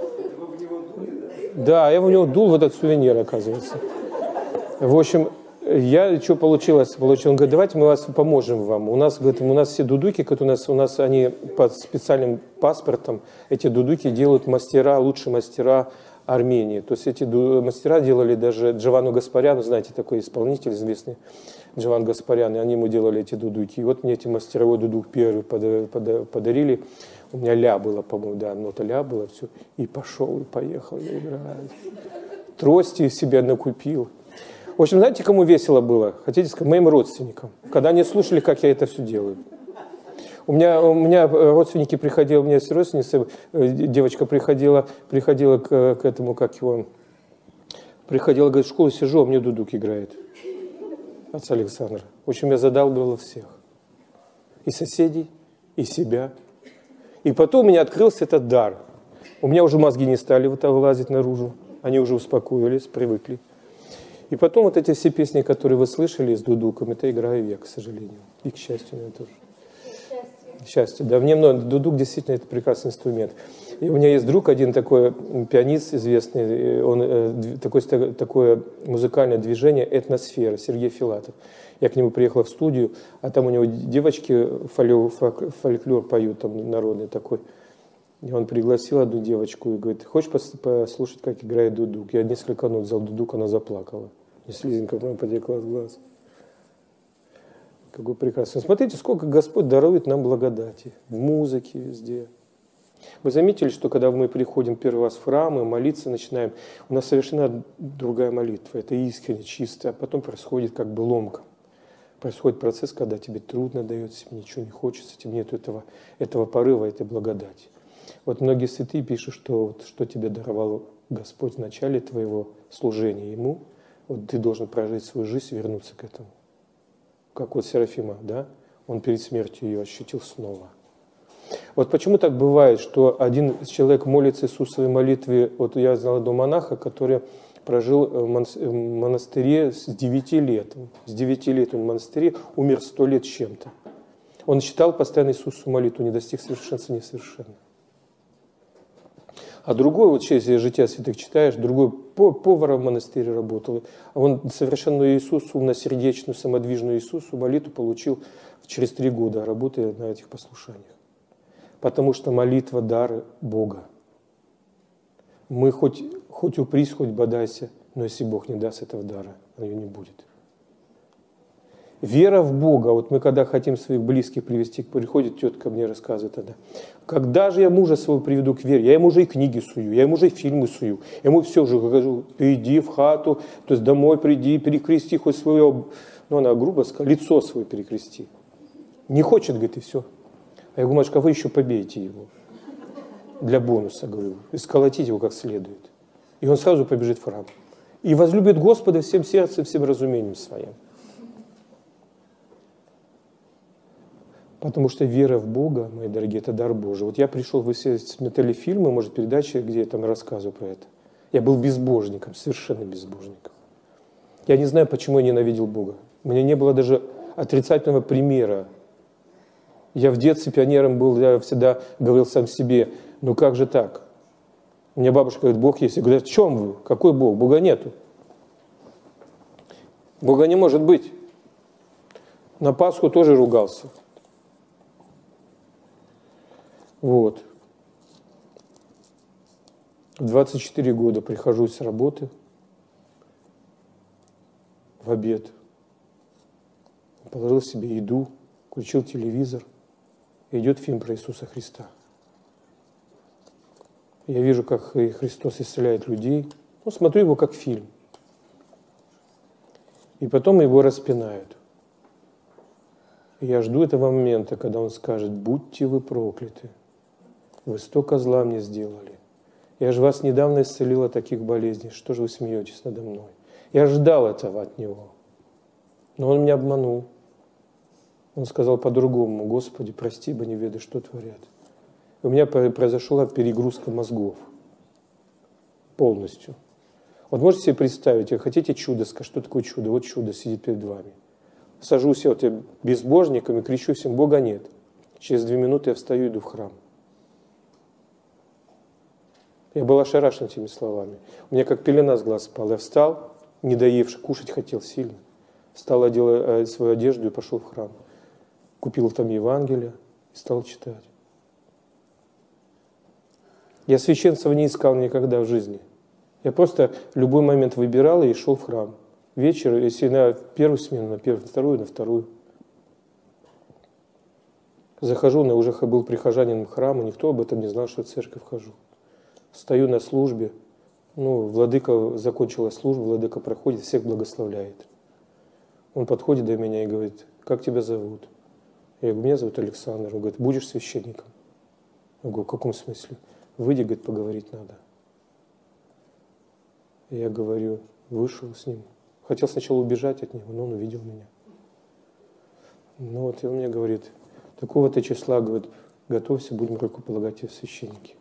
Да, я в него дул в этот сувенир, оказывается. В общем, я что получилось? Получил, он говорит, давайте мы вас поможем вам. У нас, говорит, у нас все дудуки, у нас, у нас они под специальным паспортом, эти дудуки делают мастера, лучшие мастера Армении. То есть эти мастера делали даже Джованну Гаспаряну, знаете, такой исполнитель известный, Джован Гаспарян, и они ему делали эти дудуки. И вот мне эти мастеровой дудук первый подарили. У меня ля было, по-моему, да, нота ля была, все. И пошел, и поехал я играть. Трости себе накупил. В общем, знаете, кому весело было? Хотите сказать? Моим родственникам. Когда они слушали, как я это все делаю. У меня, у меня родственники приходили, у меня есть родственница, девочка приходила, приходила к, к этому, как его, приходила, говорит, в школу сижу, а мне дудук играет. Отца Александра. В общем, я задалбывал всех. И соседей, и себя. И потом у меня открылся этот дар. У меня уже мозги не стали вот вылазить наружу. Они уже успокоились, привыкли. И потом вот эти все песни, которые вы слышали с дудуком, это играю я, к сожалению. И к счастью, наверное, тоже. Счастье. Счастье, да. Мне много. Дудук действительно это прекрасный инструмент. И у меня есть друг один такой пианист известный, он такой, такое музыкальное движение «Этносфера», Сергей Филатов. Я к нему приехал в студию, а там у него девочки фольклор, фольклор поют, там народный такой. И он пригласил одну девочку и говорит, хочешь послушать, как играет дудук? Я несколько нот взял дудук, она заплакала. И слезинка прям потекла с глаз. Какой прекрасный. Смотрите, сколько Господь дарует нам благодати. В музыке везде. Вы заметили, что когда мы приходим первый раз в храм и молиться начинаем, у нас совершенно другая молитва. Это искренне, чисто. А потом происходит как бы ломка. Происходит процесс, когда тебе трудно дается, ничего не хочется, тебе нет этого, этого порыва, этой благодати. Вот многие святые пишут, что вот, что тебе даровал Господь в начале твоего служения Ему, вот ты должен прожить свою жизнь, вернуться к этому. Как вот Серафима, да? Он перед смертью ее ощутил снова. Вот почему так бывает, что один человек молится Иисусовой молитве, вот я знал одного монаха, который прожил в монастыре с девяти лет. С девяти лет он в монастыре, умер сто лет с чем-то. Он читал постоянно Иисусову молитву, не достиг совершенства несовершенно. А другой, вот через жития святых читаешь, другой поваром в монастыре работал. А он совершенную Иисусу, умносердечную, самодвижную Иисусу молитву получил через три года, работая на этих послушаниях. Потому что молитва – дар Бога. Мы хоть, хоть упрись, хоть бодайся, но если Бог не даст этого дара, ее не будет. Вера в Бога. Вот мы когда хотим своих близких привести, приходит тетка мне рассказывает она, когда же я мужа своего приведу к вере? Я ему уже и книги сую, я ему уже и фильмы сую, я ему все уже говорю, иди в хату, то есть домой приди, перекрести хоть свое, ну она грубо сказала, лицо свое перекрести. Не хочет, говорит, и все. А я говорю, матушка, вы еще побейте его. Для бонуса, говорю, и сколотить его как следует. И он сразу побежит в храм. И возлюбит Господа всем сердцем, всем разумением своим. Потому что вера в Бога, мои дорогие, это дар Божий. Вот я пришел, вы все смотрели фильмы, может, передачи, где я там рассказываю про это. Я был безбожником, совершенно безбожником. Я не знаю, почему я ненавидел Бога. У меня не было даже отрицательного примера. Я в детстве пионером был, я всегда говорил сам себе, ну как же так? У меня бабушка говорит, Бог есть. Я говорю, в чем вы? Какой Бог? Бога нету. Бога не может быть. На Пасху тоже ругался. Вот. В двадцать четыре года прихожу с работы в обед. Положил себе еду, включил телевизор. Идет фильм про Иисуса Христа. Я вижу, как Христос исцеляет людей. Ну, смотрю его как фильм. И потом его распинают. И я жду этого момента, когда он скажет, будьте вы прокляты. Вы столько зла мне сделали. Я же вас недавно исцелил от таких болезней. Что же вы смеетесь надо мной? Я ждал этого от него. Но он меня обманул. Он сказал по-другому: Господи, прости, ибо не ведаю, что творят. И у меня произошла перегрузка мозгов. Полностью. Вот можете себе представить, вы хотите чудо, скажите, что такое чудо? Вот чудо сидит перед вами. Сажусь я вот я безбожником и кричу всем: Бога нет. Через две минуты я встаю и иду в храм. Я был ошарашен этими словами. У меня как пелена с глаз спала. Я встал, не доевший, кушать хотел сильно. Встал, одел свою одежду и пошел в храм. Купил там Евангелие и стал читать. Я священцев не искал никогда в жизни. Я просто в любой момент выбирал и шел в храм. Вечер, если на первую смену, на первую, на вторую, на вторую. Захожу, я уже был прихожанином храма, никто об этом не знал, что я в церковь хожу. Стою на службе, ну, владыка, закончила службу, владыка проходит, всех благословляет. Он подходит до меня и говорит: как тебя зовут? Я говорю: меня зовут Александр. Он говорит: будешь священником? Я говорю: в каком смысле? Выйди, говорит, поговорить надо. Я говорю, вышел с ним. Хотел сначала убежать от него, но он увидел меня. Ну вот, и он мне говорит: такого-то числа, говорит, готовься, будем рукополагать тебя в священники.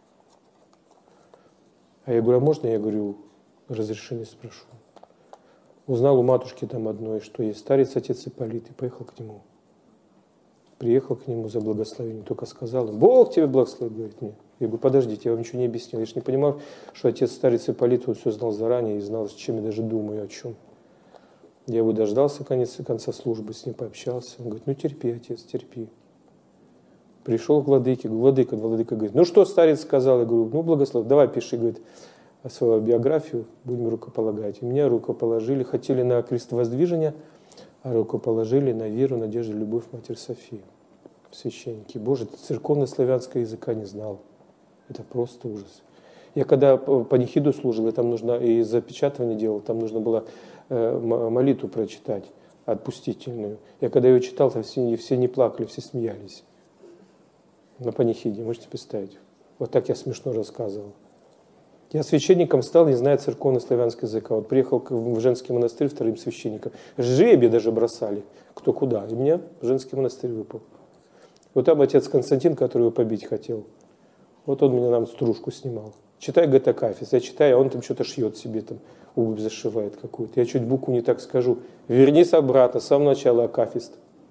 А я говорю: а можно, я говорю, разрешение спрошу? Узнал у матушки там одной, что есть старец отец Ипполит, и поехал к нему. Приехал к нему за благословением, только сказал им: Бог тебе благословит, говорит мне. Я говорю: подождите, я вам ничего не объяснил. Я же не понимал, что отец старец Ипполит, он все знал заранее и знал, с чем я даже думаю, о чем. Я его дождался конец, конца службы, с ним пообщался. Он говорит: ну терпи, отец, терпи. Пришел к владыке, говорю: владыка, владыка говорит: ну что старец сказал? Я говорю: ну благословь, давай пиши, говорит, свою биографию, будем рукополагать. И меня рукоположили, хотели на крестовоздвижение, а рукоположили на веру, надежду, любовь Матерь Софию. Священники. Боже, церковно-славянского языка не знал. Это просто ужас. Я когда панихиду служил, я там нужно и запечатывание делал, там нужно было э, молитву прочитать, отпустительную. Я когда ее читал, там все, все не плакали, все смеялись. На панихиде, можете представить. Вот так я смешно рассказывал. Я священником стал, не зная церковно-славянского языка. Вот приехал в женский монастырь вторым священником. Жребий даже бросали, кто куда. И меня в женский монастырь выпал. Вот там отец Константин, который его побить хотел, вот он меня нам стружку снимал. Читай, говорит, Акафист. Я читаю, а он там что-то шьет себе, там обувь зашивает какую-то. Я чуть букву не так скажу. Вернись обратно, с самого начала Акафист.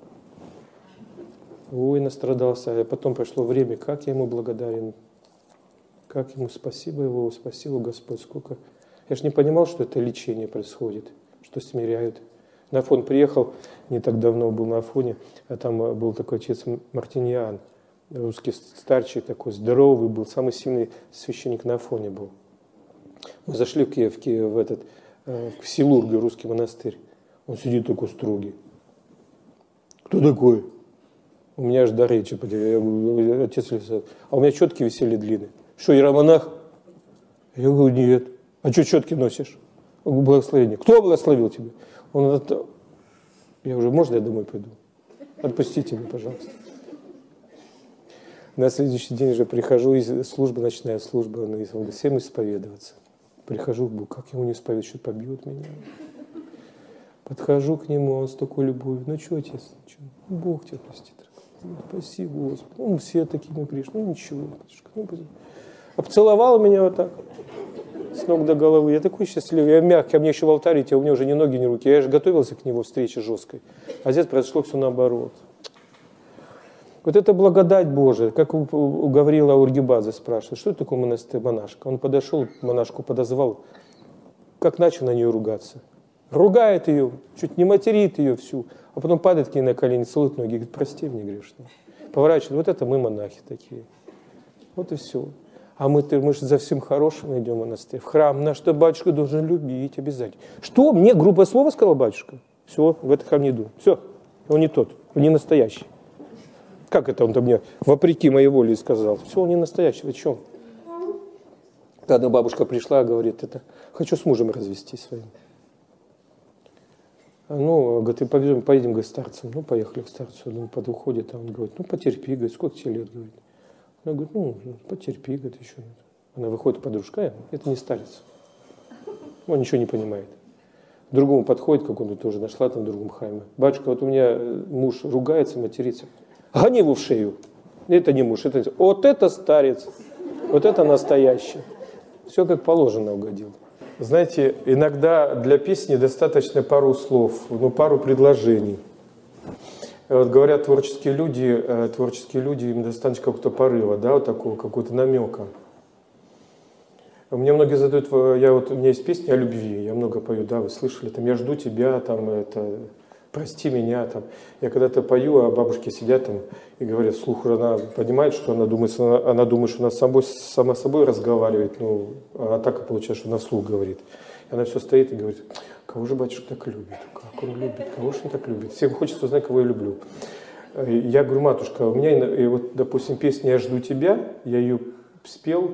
Ой, настрадался. А потом прошло время, как я ему благодарен. Как ему спасибо его, спасибо Господь. Сколько. Я же не понимал, что это лечение происходит, что смиряют. На Афон приехал, не так давно был на Афоне, а там был такой отец Мартиньян, русский старчий такой, здоровый был, самый сильный священник на Афоне был. Мы зашли в Киев, в, Киев, в этот, в Силургию, русский монастырь. Он сидит такой строгий. Кто такой? У меня аж до речи потерял. Я говорю: отец Александр, а у меня четки висели длинные. Что, иеромонах? Я говорю: нет. А что четки носишь? Я говорю: благословение. Кто благословил тебя? Он: я уже, можно я домой пойду? Отпустите меня, пожалуйста. На следующий день уже прихожу, из службы, ночная служба, он говорит: всем исповедоваться. Прихожу, говорю: как ему не исповедовать, что побьет меня? Подхожу к нему, он с такой любовью: ну что, отец, что? Бог тебя простит. Спасибо, Господи. Ну, все такие мы пришли, ну ничего. Обцеловал меня вот так, с ног до головы. Я такой счастливый, я мягкий, а мне еще в алтаре, у меня уже ни ноги, ни руки. Я же готовился к него встрече жесткой. А здесь произошло все наоборот. Вот это благодать Божия, как у, у Гавриила Ургибадзе спрашивает, что это такое монастырь, монашка? Он подошел, монашку подозвал, как начал на нее ругаться. Ругает ее, чуть не материт ее всю, а потом падает к ней на колени, целует ноги и говорит: прости мне грешно. Поворачивает: вот это мы монахи такие. Вот и все. А мы, мы же за всем хорошим идем в монастырь. В храм наш что батюшка должен любить обязательно. Что? Мне грубое слово сказал батюшка? Все, в этот храм не иду. Все, он не тот, он не настоящий. Как это он-то мне вопреки моей воле сказал? Все, он не настоящий, вы чем? Когда бабушка пришла, говорит: это хочу с мужем развестись своим. Ну, говорит: поедем, поедем, говорит, к старцам. Ну, поехали к старцу. Ну, подуходит, а он говорит: ну, потерпи, говорит, сколько тебе лет, говорит. Она говорит: ну, потерпи, говорит, еще. Она выходит, подружка, это не старец. Он ничего не понимает. другому подходит, как он тоже нашла там в другом храме. Батюшка, вот у меня муж ругается, матерится. Гони его в шею. Это не муж, это... Вот это старец, вот это настоящий. Все как положено угодил. Знаете, иногда для песни достаточно пару слов, ну, пару предложений. Вот говорят, творческие люди, творческие люди, им достаточно какого-то порыва, да, вот такого, какого-то намека. Мне многие задают, я вот, у меня есть песни о любви, я много пою, да, вы слышали, там, я жду тебя, там, это... прости меня, там. Я когда-то пою, а бабушки сидят там и говорят, вслух, она понимает, что она думает, она, она думает, что она собой, сама с собой разговаривает, ну, а так и получается, что она вслух говорит. И она все стоит и говорит, кого же батюшка так любит, как он любит, кого же он так любит. Всем хочется узнать, кого я люблю. Я говорю, матушка, у меня, и вот, допустим, песня «Я жду тебя», я ее спел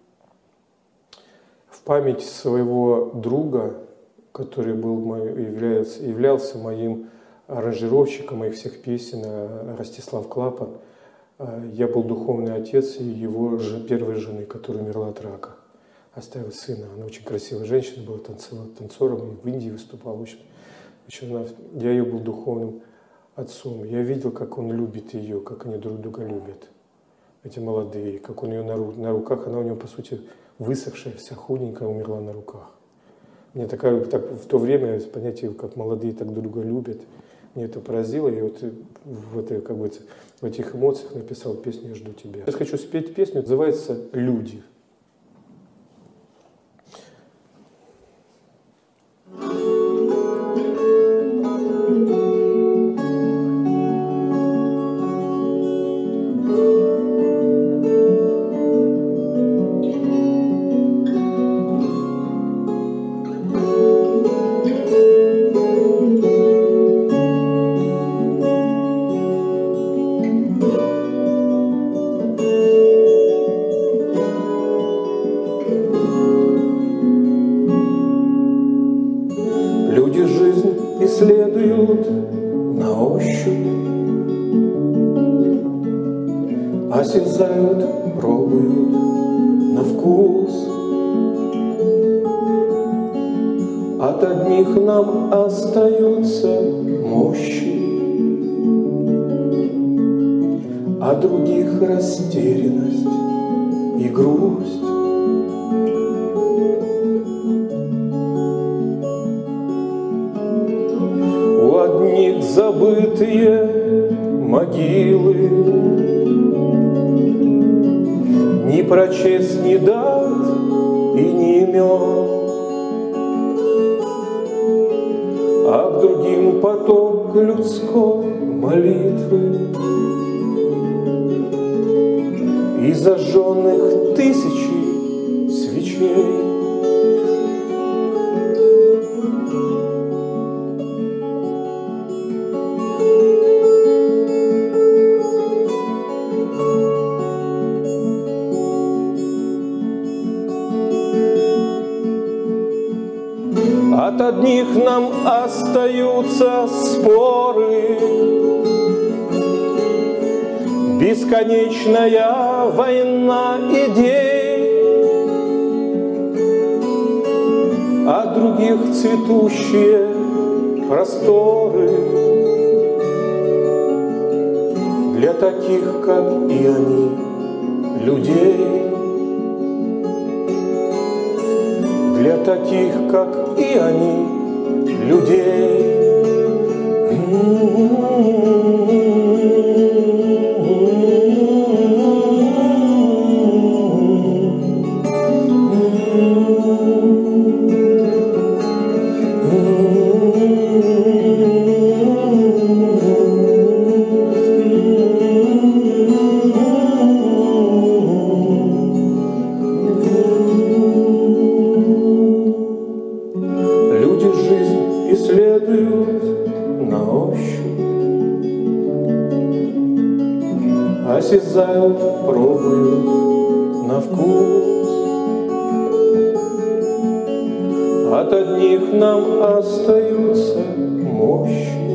в память своего друга, который был мой, является, являлся моим аранжировщиком моих всех песен, Ростислав Клапан. Я был духовный отец его первой жены, которая умерла от рака. Оставил сына. Она очень красивая женщина, была танцором, и в Индии выступала. В общем, она, я ее был духовным отцом. Я видел, как он любит ее, как они друг друга любят, эти молодые, как он ее на, ру, на руках, она у него, по сути, высохшая, вся худенькая, умерла на руках. Мне такая, так, в то время понятие, как молодые так друг друга любят, мне это поразило, и вот в, это, как бы, в этих эмоциях написал песню «Я жду тебя». Сейчас хочу спеть песню, называется «Люди». Исследуют на ощупь, осязают, пробуют на вкус. От одних нам остается мощи, от других растерянность и грусть. Забытые могилы, не прочесть ни дат и ни имен, а к другим поток людской молитвы и зажженных тысячи свечей. От одних нам остаются споры, бесконечная война идей, от других цветущие просторы для таких, как и они, людей. Для таких, как и они, людей. Осязают, пробуют на вкус. От одних нам остаются мощи,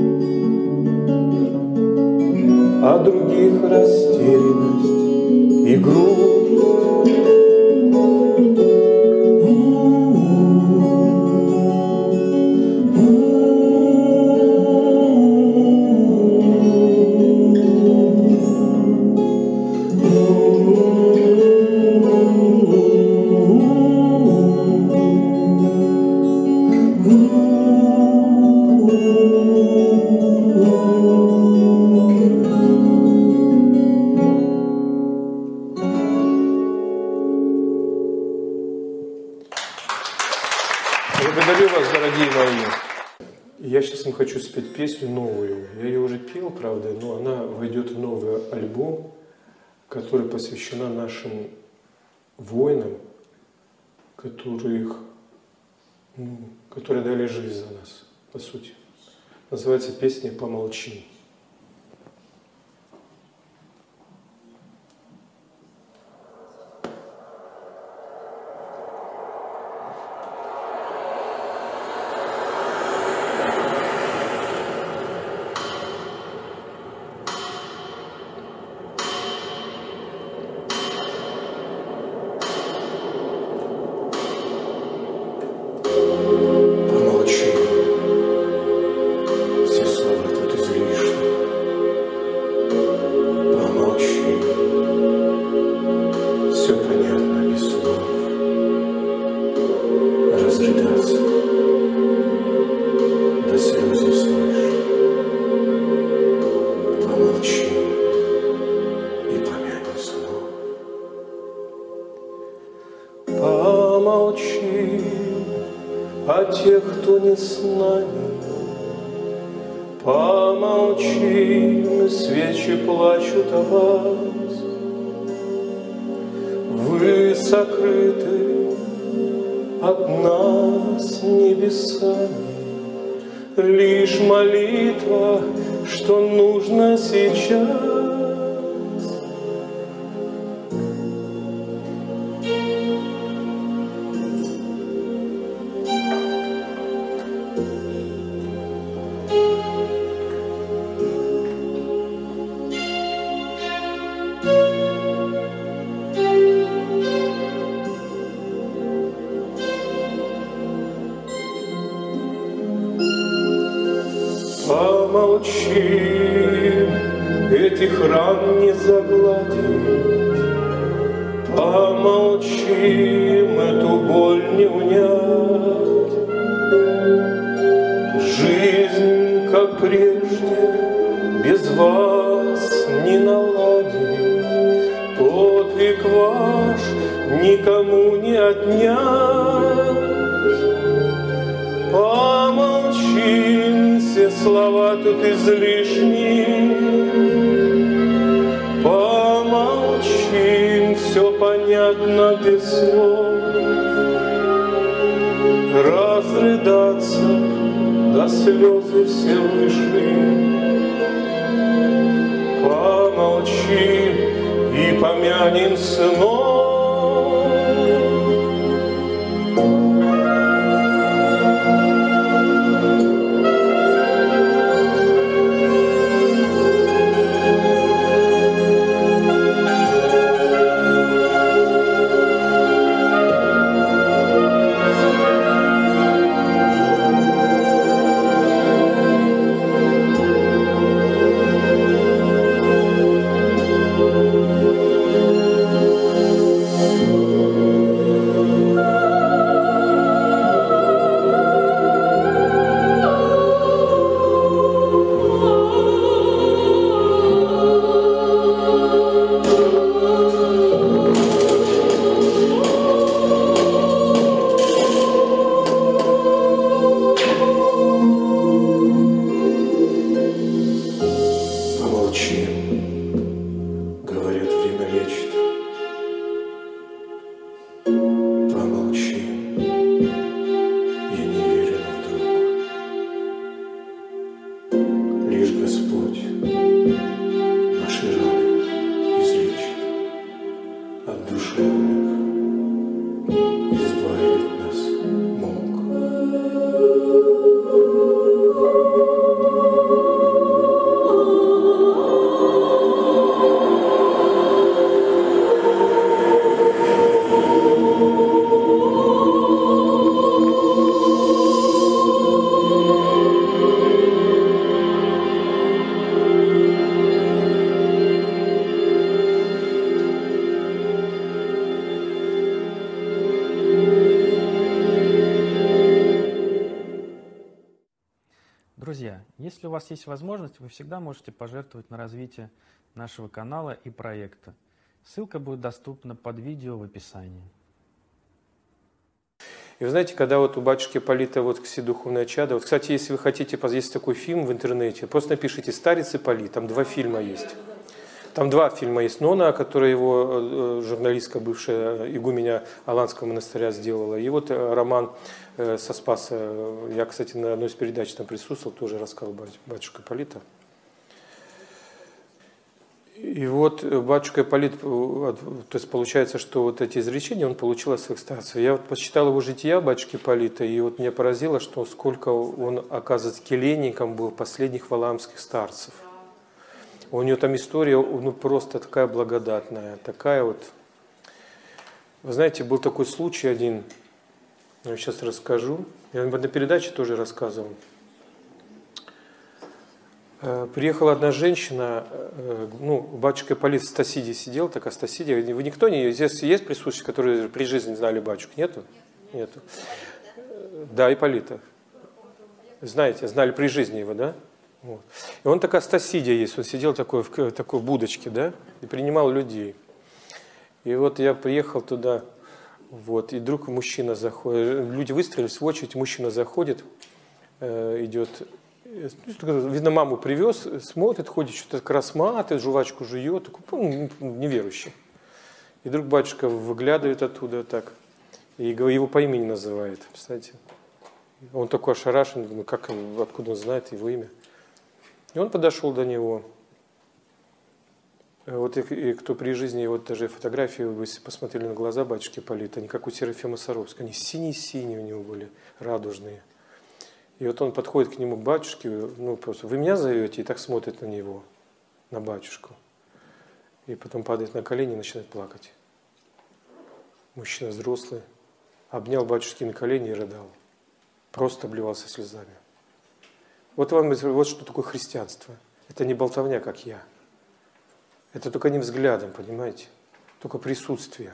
от других растерянность и грусть. Благодарю вас, дорогие мои. Я сейчас вам хочу спеть песню новую. Я ее уже пел, правда, но она войдет в новый альбом, который посвящена нашим воинам, которых, ну, которые дали жизнь за нас, по сути. Называется песня «Помолчи». Помолчи о тех, кто не с нами. Помолчи, свечи плачут о вас. Вы сокрыты от нас небесами. Лишь молитва, что нужно сейчас. Помолчи, этих ран не загладить. Помолчи, эту боль не унять. Жизнь, как прежде, без вас не наладить. Подвиг ваш никому не отнять. Помолчи, все слова тут излишни. Помолчи, все понятно без слов. Разрыдаться до слезы все вышли. Помолчи и помянем снова. Друзья, если у вас есть возможность, вы всегда можете пожертвовать на развитие нашего канала и проекта. Ссылка будет доступна под видео в описании. И вы знаете, когда вот у батюшки Ипполита вот все духовное чадо, вот, кстати, если вы хотите, есть такой фильм в интернете, просто напишите «Старец Ипполит», там два фильма есть. Там два фильма есть. «Нона», которая его журналистка, бывшая игуменя Аланского монастыря сделала, и вот роман со Спаса. Я, кстати, на одной из передач там присутствовал, тоже рассказал батюшка Ипполита. И вот батюшка Ипполит, то есть получается, что вот эти изречения он получил от своих старцев. Я вот посчитал его жития батюшки Ипполита, и вот меня поразило, что сколько он, оказывается, келейником был последних валаамских старцев. У него там история, ну, просто такая благодатная, такая вот. Вы знаете, был такой случай один, я сейчас расскажу. Я на передаче тоже рассказывал. Приехала одна женщина, ну, батюшка Ипполит в Стасиде сидел, такая Стасидия. Вы никто не, здесь есть присутствующие, которые при жизни знали батюшку? Нету? Нету. Да, Ипполита. Знаете, знали при жизни его, да? Вот. И он такая Стасидия есть, он сидел такой, в такой будочке, да, и принимал людей. И вот я приехал туда, вот, и вдруг мужчина заходит, люди выстроились в очередь, мужчина заходит, э, идет, видно, маму привез, смотрит, ходит, что-то рассматривает, жвачку жует, такой, ну, неверующий. И вдруг батюшка выглядывает оттуда так, и его по имени называет, представляете. Он такой ошарашен, ну, как, откуда он знает его имя. И он подошел до него. Вот и, и кто при жизни, вот даже фотографии, вы посмотрели на глаза батюшки Ипполита, они как у Серафима Саровского, они синие-синие у него были, радужные. И вот он подходит к нему, к батюшке, ну просто, вы меня зовете, и так смотрит на него, на батюшку. И потом падает на колени и начинает плакать. Мужчина взрослый, обнял батюшки на колени и рыдал. Просто обливался слезами. Вот вам вот что такое христианство. Это не болтовня, как я. Это только не взглядом, понимаете? Только присутствие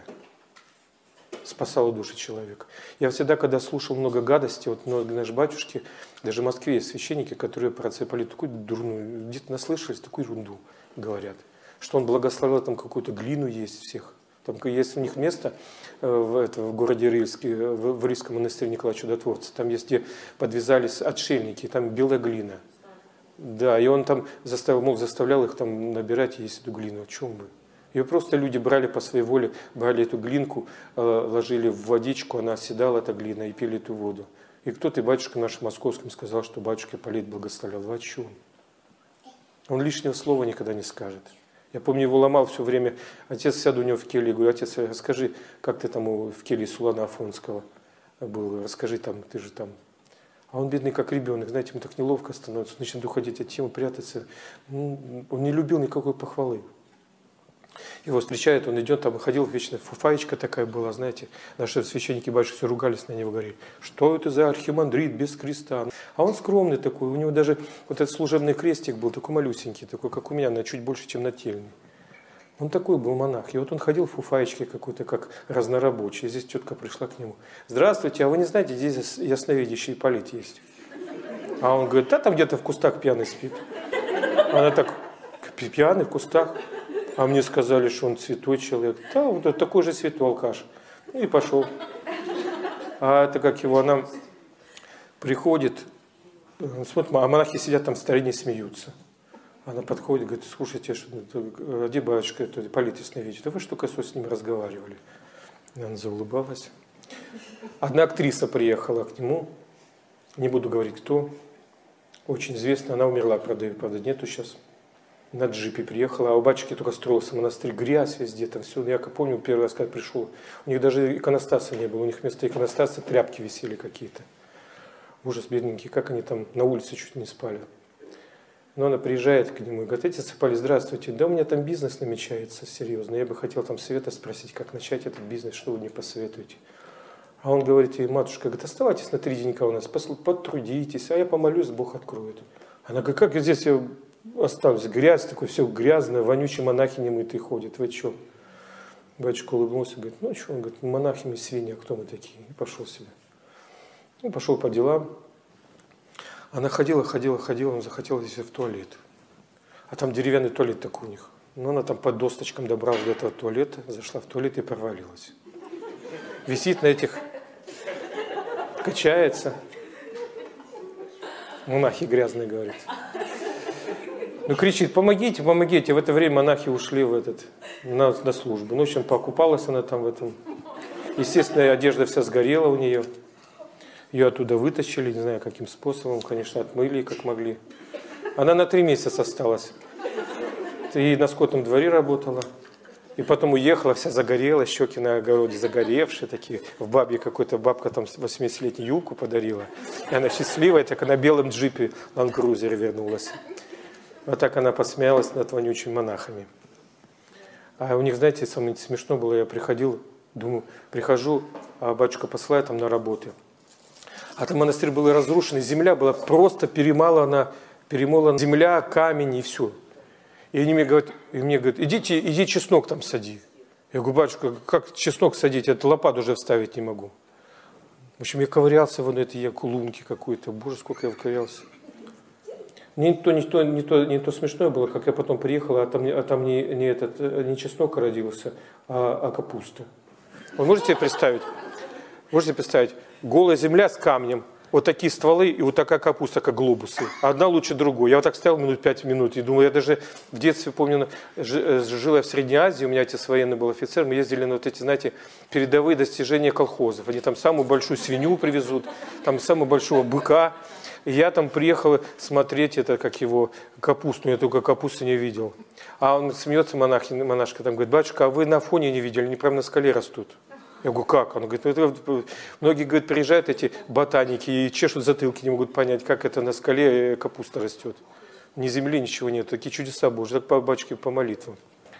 спасало души человека. Я всегда, когда слушал много гадостей, вот многие наши батюшки, даже в Москве есть священники, которые про отца Ипполита такую дурную, где-то наслышались, такую ерунду говорят. Что он благословил там какую-то глину есть всех. Там есть у них место в, это, в городе Рильске, в, в Рильском монастыре Николая Чудотворца. Там есть, где подвязались отшельники, там белая глина. Да, и он там заставил, мол, заставлял их там набирать и есть эту глину. О чем бы? Ее просто люди брали по своей воле, брали эту глинку, ложили в водичку, она оседала, эта глина, и пили эту воду. И кто-то, и батюшка наш московским сказал, что батюшка Ипполит благословлял. Вы о чем? Он лишнего слова никогда не скажет. Я помню, его ломал все время. Отец сяду у него в келье, говорю, отец, расскажи, как ты там в келье Сулана Афонского был, расскажи там, ты же там. А он бедный, как ребенок, знаете, ему так неловко становится, он начинает уходить от темы, прятаться. Ну, он не любил никакой похвалы. Его встречают, он идет, там ходил вечно, фуфаечка такая была, знаете, наши священники большие все ругались на него, говорили, что это за архимандрит без креста. А он скромный такой, у него даже вот этот служебный крестик был такой малюсенький, такой, как у меня, на чуть больше, чем нательный. Он такой был монах. И вот он ходил в фуфаечке какой-то, как разнорабочий. И здесь тетка пришла к нему. Здравствуйте, а вы не знаете, здесь ясновидящий Ипполит есть? А он говорит, да там где-то в кустах пьяный спит. Она так, пьяный в кустах? А мне сказали, что он святой человек. Да, вот такой же святой алкаш. И пошел. А это как его, она приходит, смотрит, а монахи сидят там в стороне, смеются. Она подходит, говорит, слушайте, где батюшка, это Ипполит ясновидящий? Да вы что, косо с ним разговаривали? И она заулыбалась. Одна актриса приехала к нему, не буду говорить кто, очень известная, она умерла, правда, правда нету сейчас. На джипе приехала, а у батюшки только строился монастырь, грязь везде, там все. Я помню, первый раз, когда пришел, у них даже иконостаса не было, у них вместо иконостаса тряпки висели какие-то. Ужас, бедненькие, как они там на улице чуть не спали. Но она приезжает к нему и говорит, отец Ипполит, здравствуйте, да у меня там бизнес намечается серьезно, я бы хотел там совета спросить, как начать этот бизнес, что вы мне посоветуете. А он говорит ей, матушка, говорит, оставайтесь на три денька у нас, потрудитесь, а я помолюсь, Бог откроет. Она говорит, как я здесь я останусь, грязь такой, все грязное, вонючие монахи немытые ходят, вы что? Батюшка улыбнулся, говорит, ну что, он говорит, монахи мы свиньи, а кто мы такие? И пошел себе. И пошел по делам. Она ходила, ходила, ходила, он захотел идти в туалет. А там деревянный туалет такой у них. Но она там под досточкам добралась до этого туалета, зашла в туалет и провалилась. Висит на этих, качается. Монахи грязные, говорит. Ну, кричит, помогите, помогите. В это время монахи ушли в этот, на, на службу. Ну, в общем, покупалась она там в этом. Естественно, одежда вся сгорела у нее. Ее оттуда вытащили, не знаю, каким способом, конечно, отмыли, как могли. Она на три месяца осталась. И на скотном дворе работала. И потом уехала, вся загорелась, щеки на огороде загоревшие такие. В бабе какой-то бабка там восьмидесятилетнюю юбку подарила. И она счастливая, так на белом джипе ланд-крузере вернулась. Вот так она посмеялась над вонючими монахами. А у них, знаете, самое смешно было, я приходил, думаю, прихожу, а батюшка посылает там на работы. А там монастырь был разрушен, и земля была просто перемалана, перемолана земля, камень и все. И они мне говорят, и мне говорят, идите, иди чеснок там сади. Я говорю, батюшка, как чеснок садить? Я лопату уже вставить не могу. В общем, я ковырялся в этой якулунке какой-то. Боже, сколько я ковырялся. Не то, не, то, не, то, не то смешное было, как я потом приехал, а там, а там не, не, этот, не чеснок родился, а, а капуста. Вы можете себе представить? Можете представить? Голая земля с камнем, вот такие стволы и вот такая капуста, как глобусы. Одна лучше другой. Я вот так стоял минут пять минут и думаю, я даже в детстве помню, жил я в Средней Азии, у меня отец военный был офицер, мы ездили на вот эти, знаете, передовые достижения колхозов. Они там самую большую свинью привезут, там самого большого быка. И я там приехал смотреть это, как его, капусту, я только капусты не видел. А он смеется, монах, монашка там говорит, батюшка, а вы на фоне не видели, они прямо на скале растут. Я говорю, как? Он говорит, это, многие, говорят, приезжают эти ботаники и чешут затылки, не могут понять, как это на скале капуста растет. Ни земли, ничего нет. Такие чудеса Божьи. Так по батюшке по молитвам.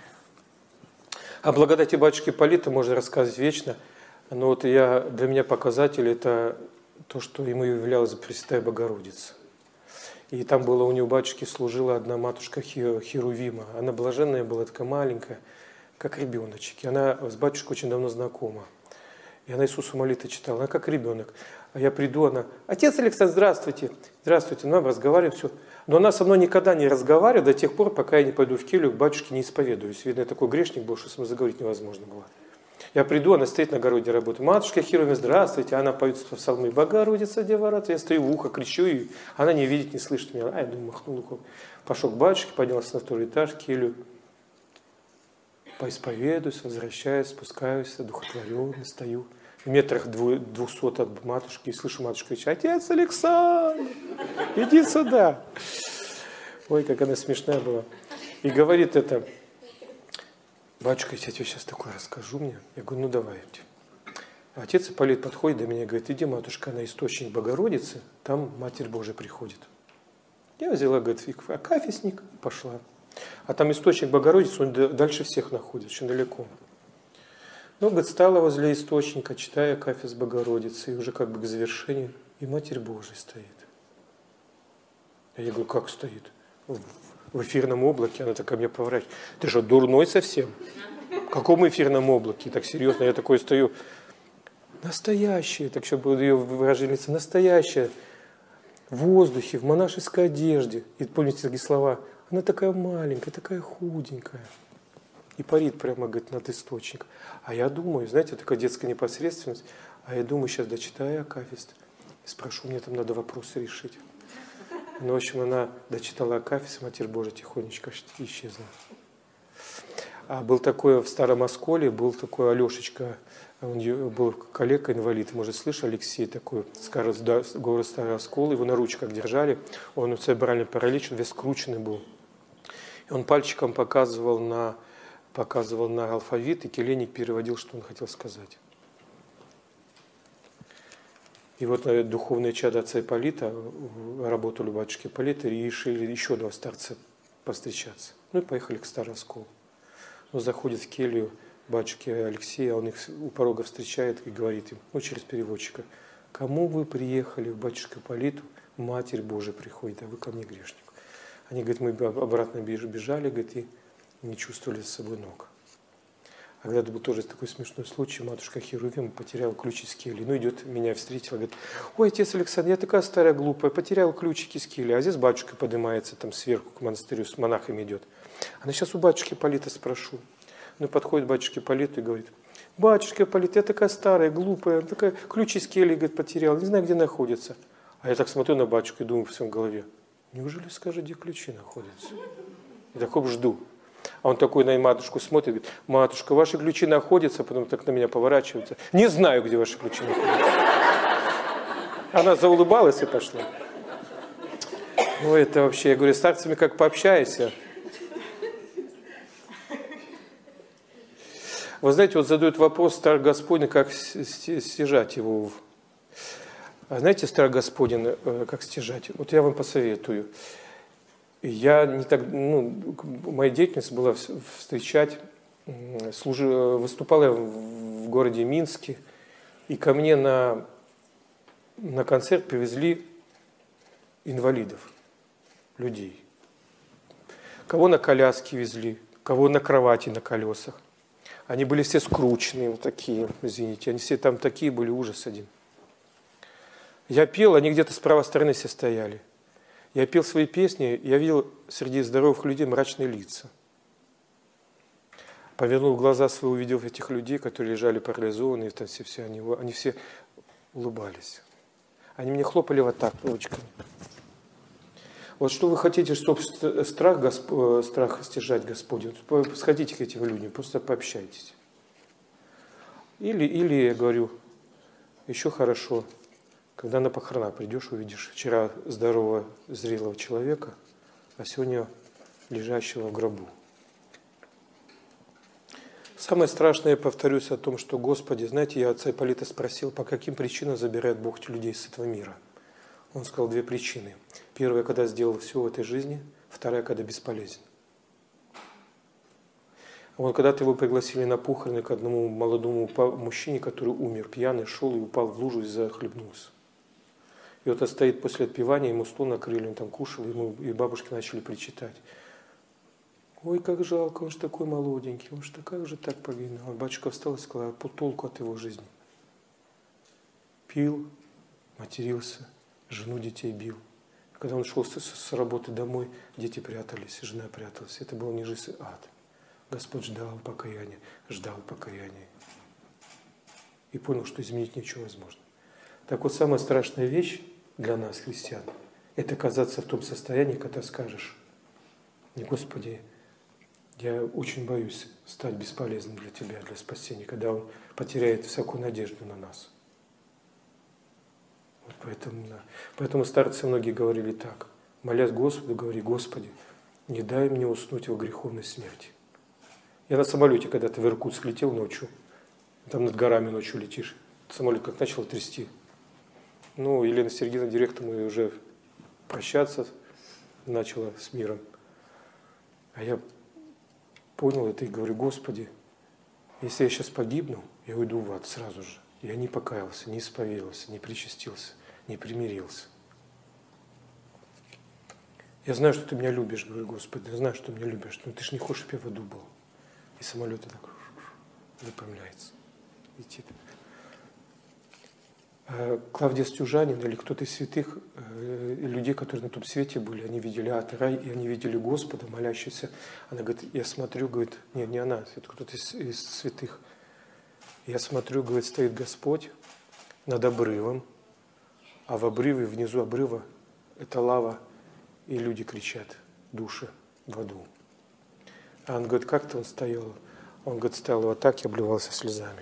О благодати батюшки Ипполита можно рассказывать вечно. Но вот я, для меня показатель это то, что ему являлась Пресвятая Богородица. И там было у него батюшки служила одна матушка Херувима. Она блаженная была, такая маленькая, как ребеночек. И она с батюшкой очень давно знакома. И она Иисусу молитвы читала, она как ребенок. А я приду, она, отец Александр, здравствуйте, здравствуйте, ну, разговариваем, все. Но она со мной никогда не разговаривает до тех пор, пока я не пойду в келью, к батюшке не исповедуюсь. Видно, я такой грешник был, что со мной заговорить невозможно было. Я приду, она стоит на огороде, работает. Матушка Херувима, здравствуйте. Она поет псалмы, Богородица, Дева Рата. Я стою в ухо, кричу, и она не видит, не слышит меня. А я думаю, махнул рукой. Пошел к батюшке, поднялся на второй этаж, в келью. Поисповедуюсь, возвращаюсь, спускаюсь, одухотворенно стою. В метрах двухсот от матушки, и слышу матушку кричать, отец Александр, иди сюда. Ой, как она смешная была. И говорит это, батюшка, я тебе сейчас такое расскажу мне. Я говорю, ну давайте. Отец Ипполит подходит до меня и говорит, иди, матушка, на источник Богородицы, там Матерь Божия приходит. Я взяла, говорит, акафистник и пошла. А там источник Богородицы, он дальше всех находится, очень далеко. Ну, говорит, стала возле источника, читая акафист Богородицы, и уже как бы к завершению, и Матерь Божия стоит. Я говорю, как стоит? В эфирном облаке. Она такая мне поворачивает. Ты что, дурной совсем? В каком эфирном облаке? Так серьезно, я такой стою. Настоящая, так что буду ее выражение лица, настоящая, в воздухе, в монашеской одежде. И помните такие слова? Она такая маленькая, такая худенькая. И парит прямо, говорит, над источником. А я думаю, знаете, такая детская непосредственность, а я думаю, сейчас дочитаю акафист и спрошу, мне там надо вопросы решить. Ну, в общем, она дочитала акафист, Матерь Божия тихонечко исчезла. А был такой в Старом Осколе, был такой Алешечка, он был коллега-инвалид, может, слышал, Алексей такой, город Старый Оскол, его на ручках держали, он церебральный паралич, он весь скрученный был. И он пальчиком показывал на, показывал на алфавит, и келейник переводил, что он хотел сказать. И вот духовные чада отца Ипполита работали у батюшки Ипполита и решили еще два старца повстречаться. Ну и поехали к Старому Осколу. Но заходит в келью батюшки Алексея, он их у порога встречает и говорит им, ну через переводчика, кому вы приехали, к батюшке Ипполиту, Матерь Божия приходит, а вы ко мне грешник. Они, говорят, мы обратно бежали, говорит, и не чувствовали за собой ног. А когда-то был тоже такой смешной случай, матушка Херувим потеряла ключи с кельи. Ну, идет, меня встретила, говорит, ой, отец Александр, я такая старая глупая, потеряла ключики с кельи. А здесь батюшка поднимается там сверху к монастырю, с монахами идет. Она сейчас у батюшки Ипполита спрошу. Ну, подходит к батюшке Ипполиту и говорит, батюшка Ипполит, я такая старая, глупая, такая, ключи с кельи, говорит, потеряла, не знаю, где находятся. А я так смотрю на батюшку и думаю в своем голове, неужели скажет, где ключи находятся? И так оп, жду. А он такой на матушку смотрит, говорит, матушка, ваши ключи находятся, потом так на меня поворачивается. Не знаю, где ваши ключи находятся. Она заулыбалась и пошла. Ну, это вообще, я говорю, с старцами как пообщайся. Вы знаете, вот задают вопрос Страх Господень, как стяжать его. А знаете, Страх Господень, как стяжать? Вот я вам посоветую. Я не так, ну, моя деятельность была встречать, служи, выступал я в городе Минске, и ко мне на, на концерт привезли инвалидов, людей. Кого на коляске везли, кого на кровати на колесах. Они были все скрученные, вот такие, извините, они все там такие были, ужас один. Я пел, они где-то с правой стороны все стояли. Я пел свои песни, я видел среди здоровых людей мрачные лица. Повернул глаза свои, увидел этих людей, которые лежали парализованные, там все, все, они, они все улыбались. Они мне хлопали вот так ручками. Вот что вы хотите, чтобы страх, Госп... страх стяжать Господень, сходите к этим людям, просто пообщайтесь. Или, или я говорю, еще хорошо, когда на похорона придешь, увидишь вчера здорового, зрелого человека, а сегодня лежащего в гробу. Самое страшное, я повторюсь о том, что, Господи, знаете, я отца Ипполита спросил, по каким причинам забирает Бог людей с этого мира. Он сказал две причины. Первая, когда сделал все в этой жизни, вторая, когда бесполезен. Вот когда-то его пригласили на похороны к одному молодому мужчине, который умер, пьяный, шел и упал в лужу и захлебнулся. И вот он стоит после отпевания, ему стол накрыли, он там кушал, ему и бабушки начали причитать. Ой, как жалко, он же такой молоденький, он же как же так погибнул. А батюшка встал и сказал, по толку от его жизни. Пил, матерился, жену, детей бил. Когда он шел с, с работы домой, дети прятались, жена пряталась. Это был не жизнь, а ад. Господь ждал покаяния, ждал покаяния. И понял, что изменить ничего возможно. Так вот, самая страшная вещь для нас, христиан, это оказаться в том состоянии, когда скажешь, не Господи, я очень боюсь стать бесполезным для Тебя, для спасения, когда Он потеряет всякую надежду на нас. Вот поэтому, да. Поэтому старцы многие говорили так, молясь Господу, говори, Господи, не дай мне уснуть во греховной смерти. Я на самолете когда-то в Иркутск летел ночью, там над горами ночью летишь, самолет как начал трясти. Ну, Елена Сергеевна, директор, мы уже прощаться начала с миром. А я понял это и говорю, Господи, если я сейчас погибну, я уйду в ад сразу же. Я не покаялся, не исповедовался, не причастился, не примирился. Я знаю, что Ты меня любишь, говорю, Господи, я знаю, что Ты меня любишь, но Ты ж не хочешь, чтобы я в аду был. И самолет так выпрямляется. Летит. Клавдия Стюжанин или кто-то из святых, людей, которые на том свете были, они видели ад и рай, и они видели Господа, молящегося. Она говорит, я смотрю, говорит, нет, не она, это кто-то из, из святых. Я смотрю, говорит, стоит Господь над обрывом, а в обрыве, внизу обрыва, это лава, и люди кричат, души в аду. А он говорит, как-то он стоял, он говорит, стоял вот так и обливался слезами.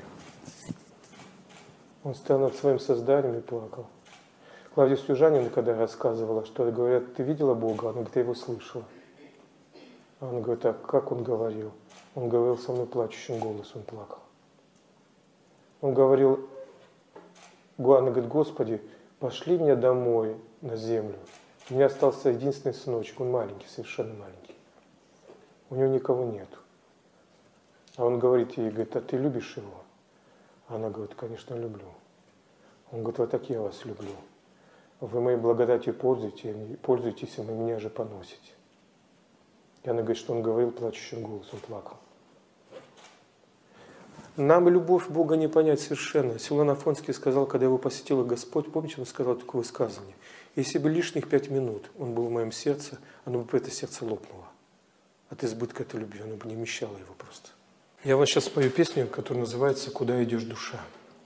Он стоял над своим созданием и плакал. Клавдия Стюжанина, когда рассказывала, что говорят, ты видела Бога? Она говорит, я его слышала. А он говорит, а как он говорил? Он говорил со мной плачущим голосом, плакал. Он говорил, она говорит, Господи, пошли меня домой на землю. У меня остался единственный сыночек, он маленький, совершенно маленький. У него никого нету. А он говорит ей, говорит, а ты любишь его? Она говорит, конечно, люблю. Он говорит, вот так я вас люблю. Вы моей благодатью пользуетесь, пользуетесь, и вы меня же поносите. И она говорит, что он говорил плачущим голосом, плакал. Нам любовь Бога не понять совершенно. Силуан Афонский сказал, когда его посетил Господь, помните, он сказал такое высказывание: если бы лишних пять минут он был в моем сердце, оно бы это сердце лопнуло. От избытка этой любви, оно бы не вмещало его просто. Я вам сейчас спою песню, которая называется «Куда идешь, душа».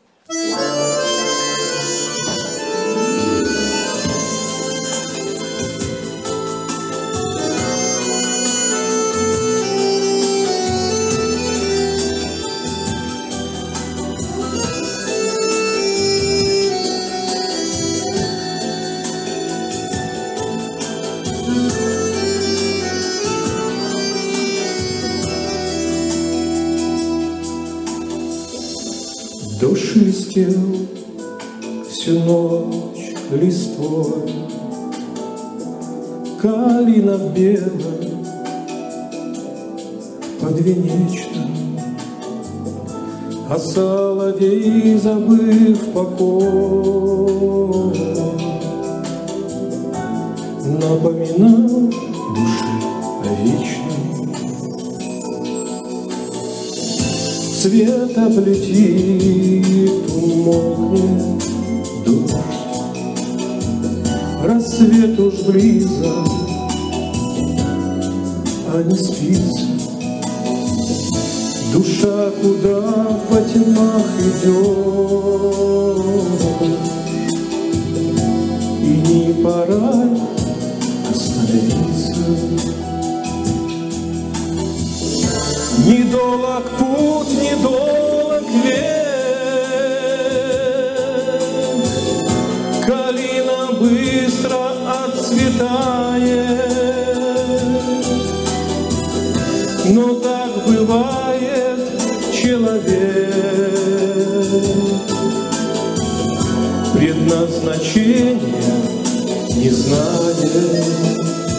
Дождь шелестел всю ночь листвой, калина в белом подвенечном, а соловей, забыв покой, напоминал душе о вечном. Свет облетит, умолкнет дождь, рассвет уж близок, а не спится. Душа куда по тьмах идет, и не пора остановиться. Недолог путь, недолог век, калина быстро отцветает, но так бывает человек, предназначения не знает.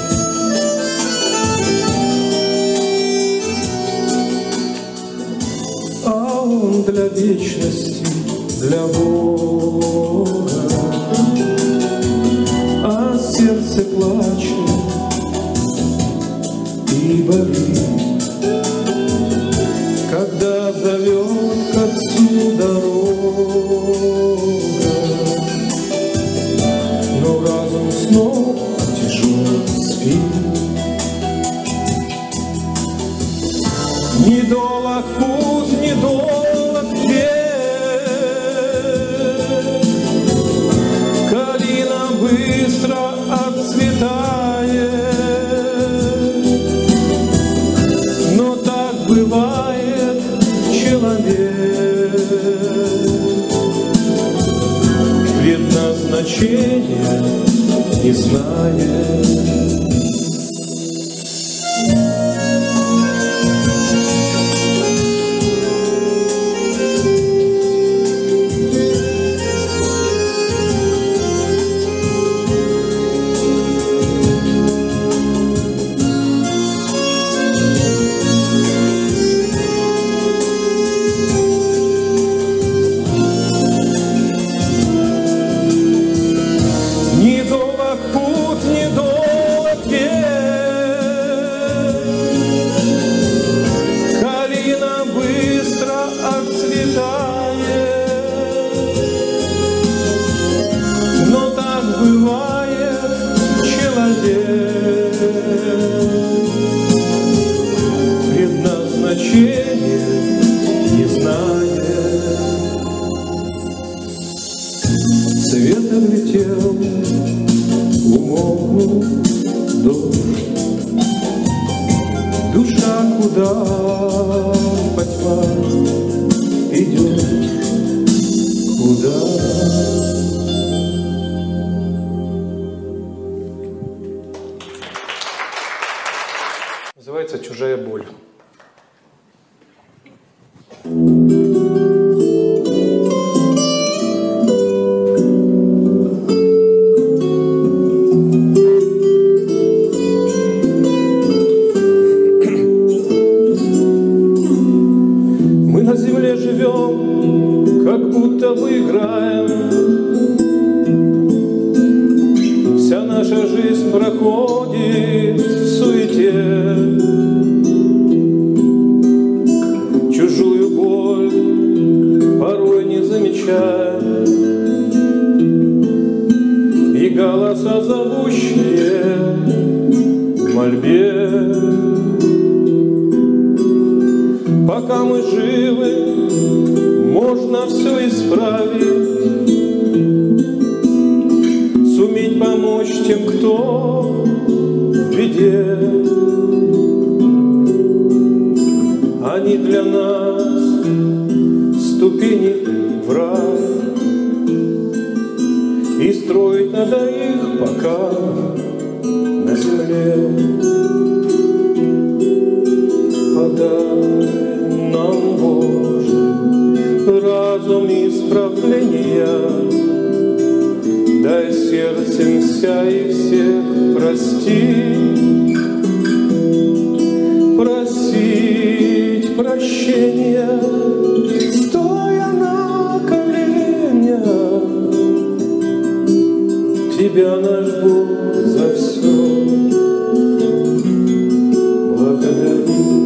Для вечности, для Бога, а сердце плачет и болит, когда зовет к Отцу дорога, но разум снова тяжело спит. Недолог путь, недолог быстро отцветает, но так бывает человек, предназначения не знает. Не знает. Свет облетел, умолкнул дождь, душа куда по тьмам идет, куда? Называется «Чужая боль». Мы на земле живем, как будто бы играем. Вся наша жизнь проходит в суете. Чужую боль сердца зовущие в мольбе. Пока мы живы, можно все исправить, суметь помочь тем, кто в беде. Они для нас ступени в рай, и строить надо их пока на земле. Подай нам, Боже, разум исправления, дай сердцем вся и всех прости, просить прощения, стоя на коленях, Тебя, наш Бог, за все благодарю.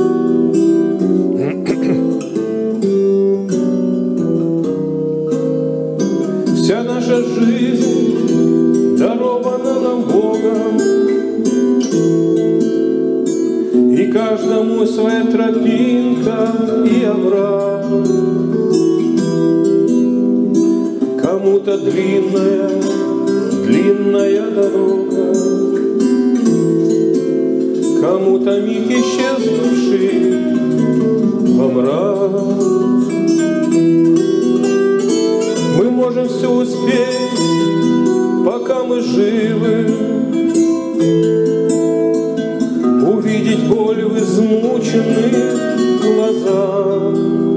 Вся наша жизнь дарована нам Богом, и каждому своя тропинка и овраг. Кому-то длинная, длинная дорога, кому-то миг исчезнувший во мрак. Мы можем все успеть, пока мы живы, увидеть боль в измученных глазах,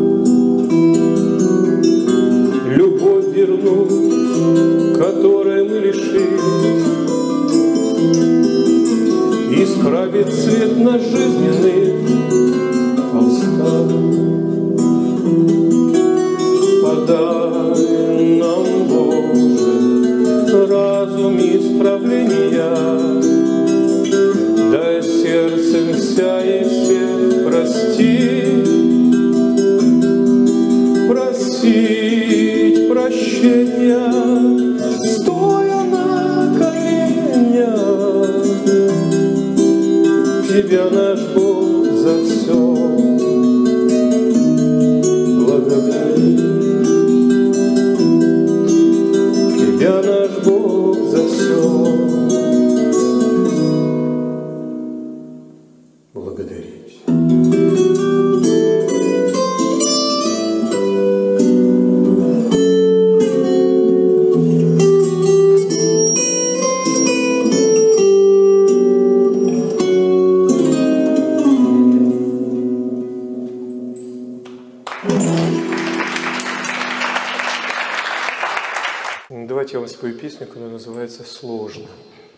любовь вернуть, которой мы лишились, исправить цвет на жизненных холстах. Подай нам, Боже, разум исправления, дай сердцем вся и всех прости, просить прощения, стоя на коленях, Тебя, наш Бог, за все благодари. Тебя, наш Бог, за все благодарить. Давайте я вам спою песню, которая называется «Сложно».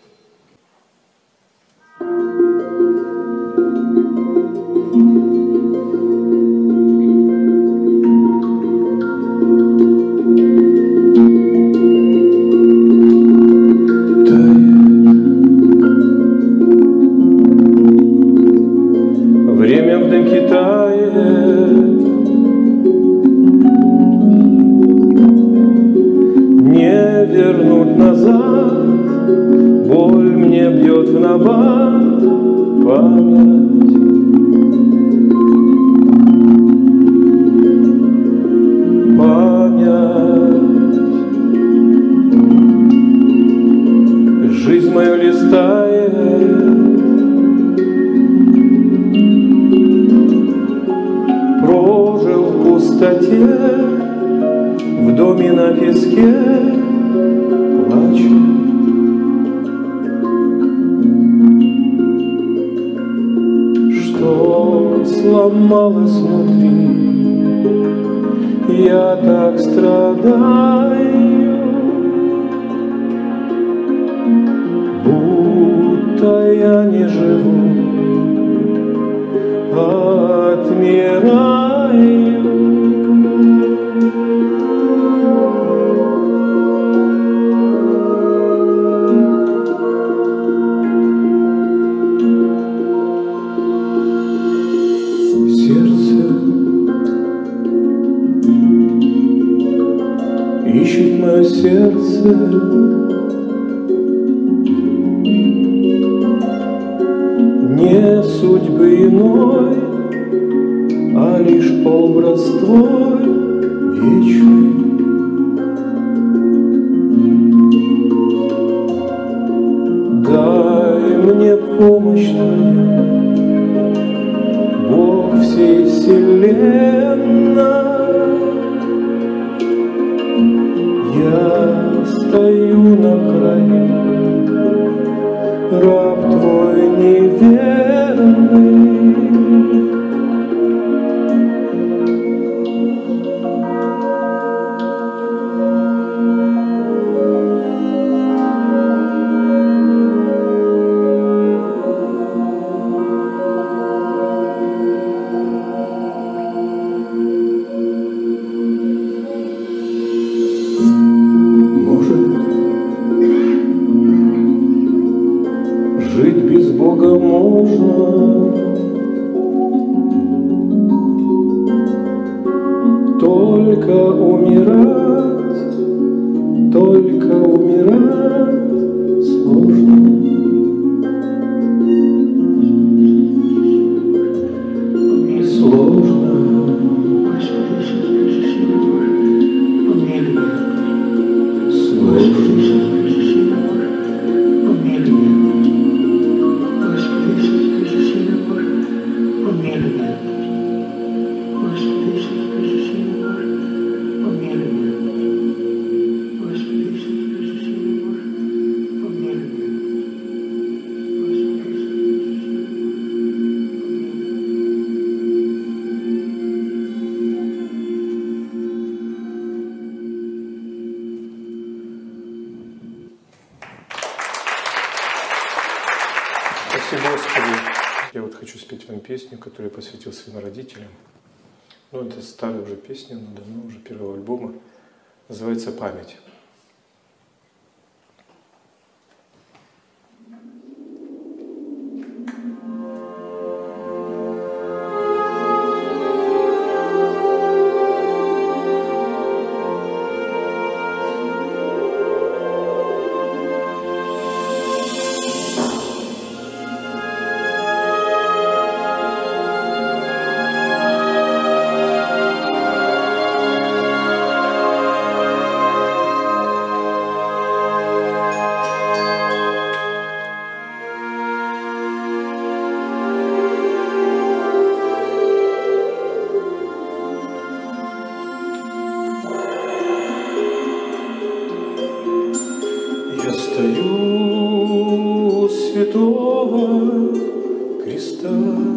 Время в дымке тает, не вернуть назад, боль мне бьет в набат, память. Память. Жизнь мою листает, прожил в пустоте, в доме на песке плачет. Что сломалось внутри, я так страдаю, будто я не живу, отмираю. Ищет мое сердце судьбы иной, а лишь образ твой вечный. Дай мне помощь твоя, Бог всей вселенной. Я стою на краю, раб твой неверный. Жить без Бога можно, только умирать, только умирать сложно. Сложно. Спасибо, Господи. Я вот хочу спеть вам песню, которую я посвятил своим родителям. Ну, это старая уже песня, но давно, уже первого альбома. Называется «Память». Я стою у святого креста,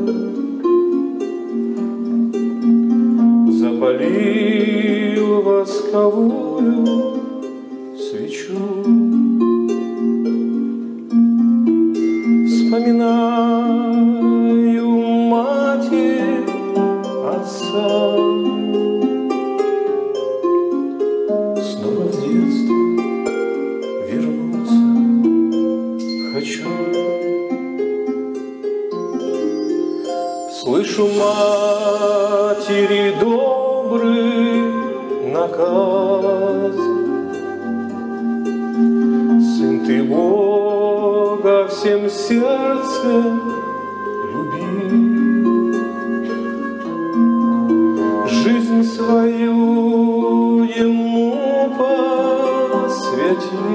запалил восковую свечу, вспоминаю матерь, отца, снова в детство вернуться хочу. Слышу матери добрый наказ: сын, ты Бога всем сердцем люби, жизнь свою ему посвяти,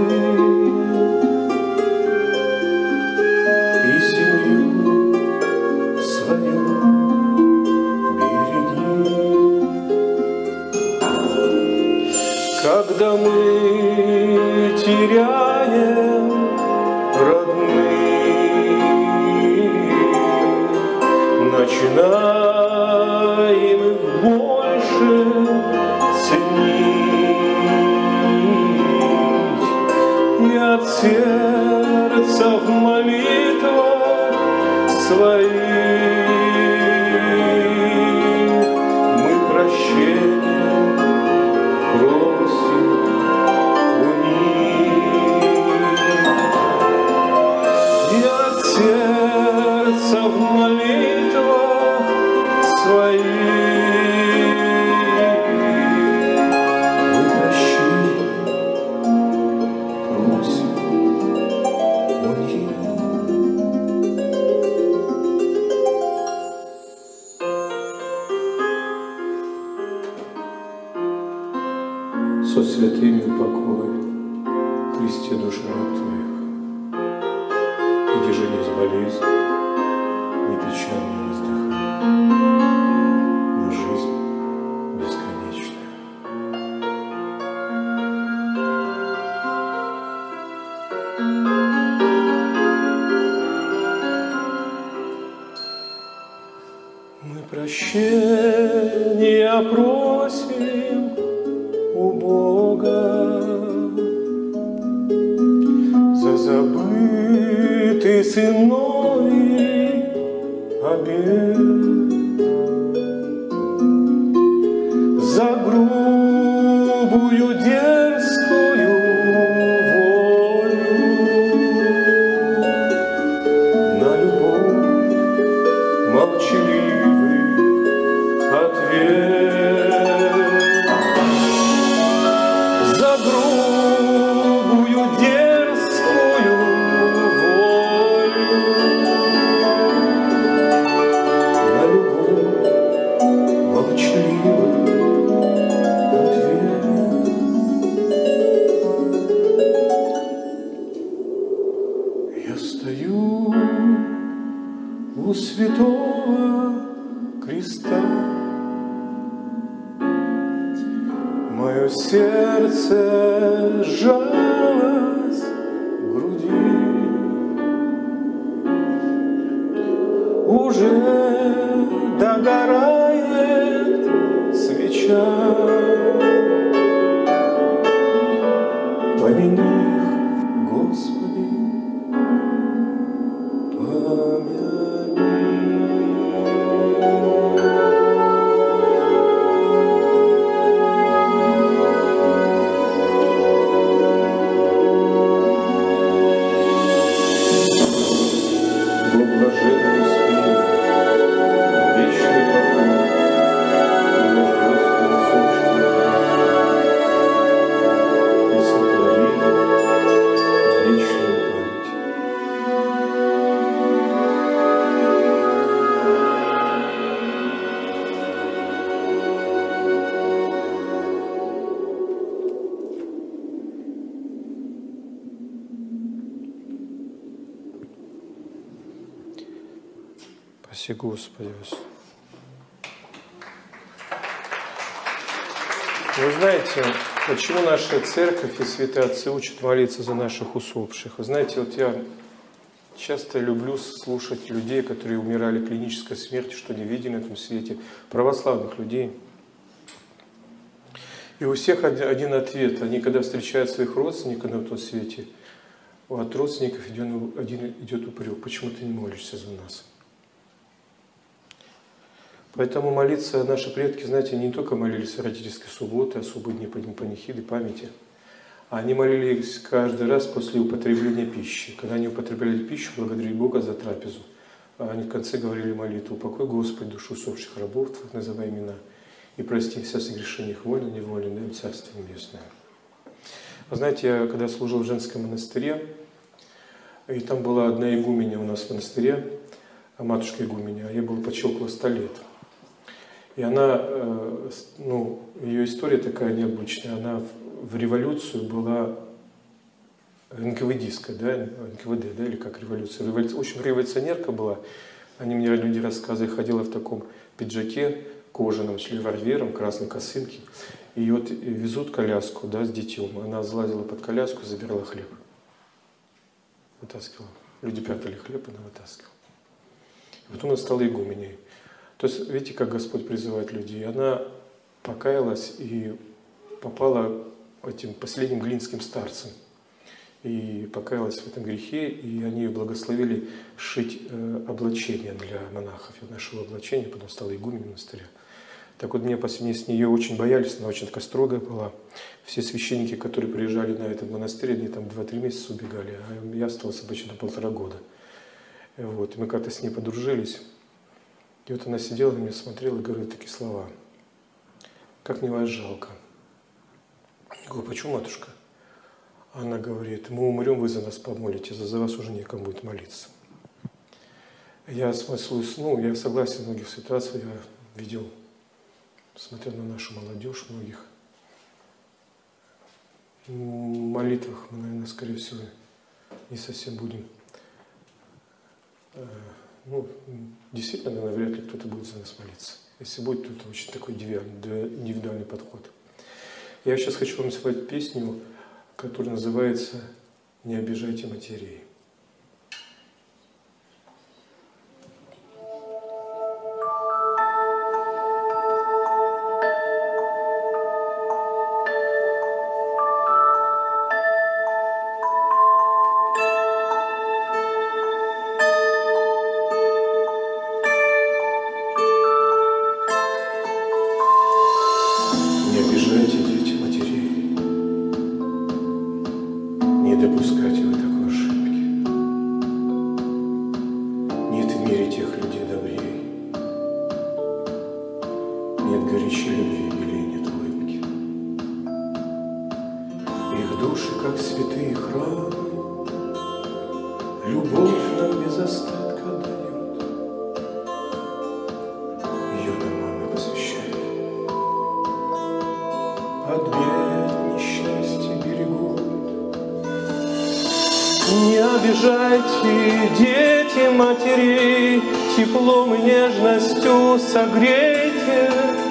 и семью свою береги. Когда мы теряем родных, начинаем их больше ценить, и от сердца в молитвах своих мы прощения просим у них, и от сердца в молитвах своих мы прощения просим у них. где же есть болезнь, ни печаль, ни воздыхание, но жизнь бесконечная. Мы прощения просим у Бога за забытый сыновий обет, за грубую дерзкую волю на любовь молчаливый ответ, за грубую дерзкую волю на любовь молчаливый ответ. Я стою у святого креста, мое сердце сжалось в груди, уже догорает свеча. Помяни их, Господи, Спаси, Господи. Вы знаете, почему наша церковь и святые отцы учат молиться за наших усопших? Вы знаете, вот я часто люблю слушать людей, которые умирали клинической смертью, что не видели на этом свете, православных людей. И у всех один ответ. Они, когда встречают своих родственников на том свете, от родственников один идет упрек: почему ты не молишься за нас? Поэтому молиться наши предки, знаете, не только молились в родительской субботы, особые дни панихиды, памяти, а они молились каждый раз после употребления пищи. Когда они употребляли пищу, благодарили Бога за трапезу. Они в конце говорили молитву: «Упокой, Господи, душу усопших рабов Твоих, называй имена, и прости все согрешения их вольно, невольно, дай им Царствие Небесное». Вы знаете, я когда служил в женском монастыре, и там была одна игуменя у нас в монастыре, матушка игуменя, а ей было почти около ста лет. И она, ну, ее история такая необычная, она в революцию была эн ка вэ дистская, да, эн ка вэ дэ, да, или как революция. революция. В общем, революционерка была, они мне люди рассказывали, ходила в таком пиджаке кожаном, с револьвером, красной косынке, и вот везут коляску, да, с детем. Она залазила под коляску, забирала хлеб, вытаскивала. Люди прятали хлеб, она вытаскивала. И потом она стала игуменей. То есть, видите, как Господь призывает людей. Она покаялась и попала этим последним глинским старцем. И покаялась в этом грехе, и они ее благословили шить э, облачение для монахов. И нашего облачения, потом стала игуменей монастыря. Так вот, меня последние с нее очень боялись, она очень такая строгая была. Все священники, которые приезжали на этот монастырь, они там два-три месяца убегали, а я остался обычно полтора года. Вот. И мы как-то с ней подружились. И вот она сидела на меня, смотрела и говорила такие слова: «Как мне вас жалко». Я говорю: «Почему, матушка?» Она говорит: «Мы умрем, вы за нас помолитесь, а за вас уже некому будет молиться». Я смыслю, ну, я согласен в многих ситуациях, я видел, смотря на нашу молодежь, многих молитвах мы, наверное, скорее всего, не совсем будем ну, действительно, наверное, вряд ли кто-то будет за нас молиться. Если будет, то это очень такой индивидуальный подход. Я сейчас хочу вам спеть песню, которая называется «Не обижайте матерей». Дети матерей, теплом и нежностью согрейте,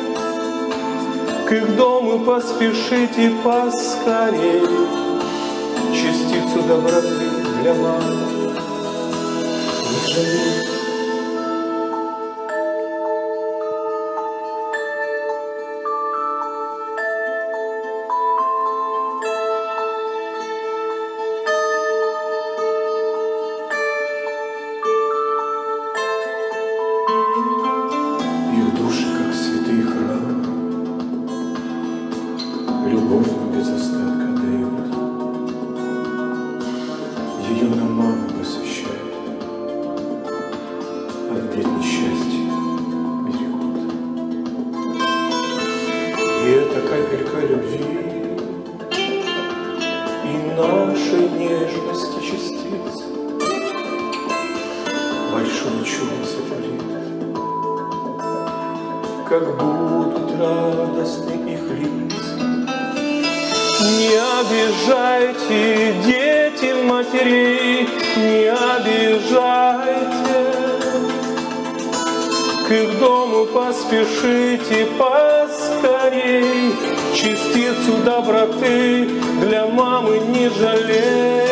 к их дому поспешите поскорей, частицу доброты для мамы не жалейте. Поспешите поскорей, частицу доброты для мамы не жалейте.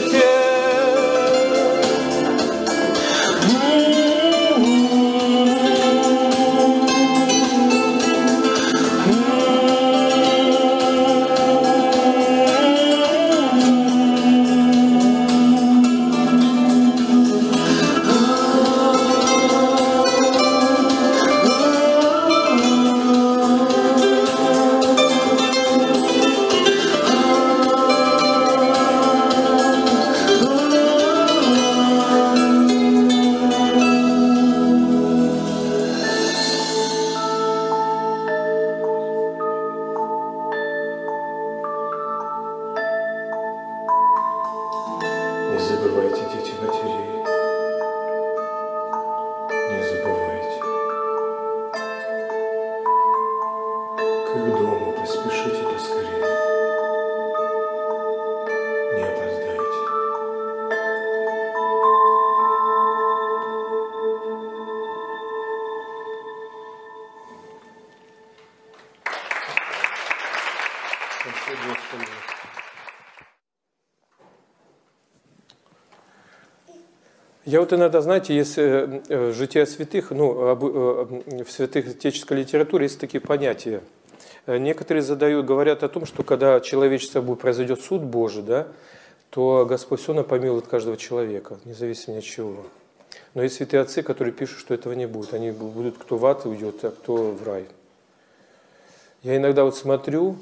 Я вот иногда, знаете, есть э, жития святых, ну, об, э, в святоотеческой литературе есть такие понятия. Некоторые задают, говорят о том, что когда человечество будет, произойдет суд Божий, да, то Господь все равно помилует каждого человека, независимо от чего. Но есть святые отцы, которые пишут, что этого не будет. Они будут, кто в ад уйдет, а кто в рай. Я иногда вот смотрю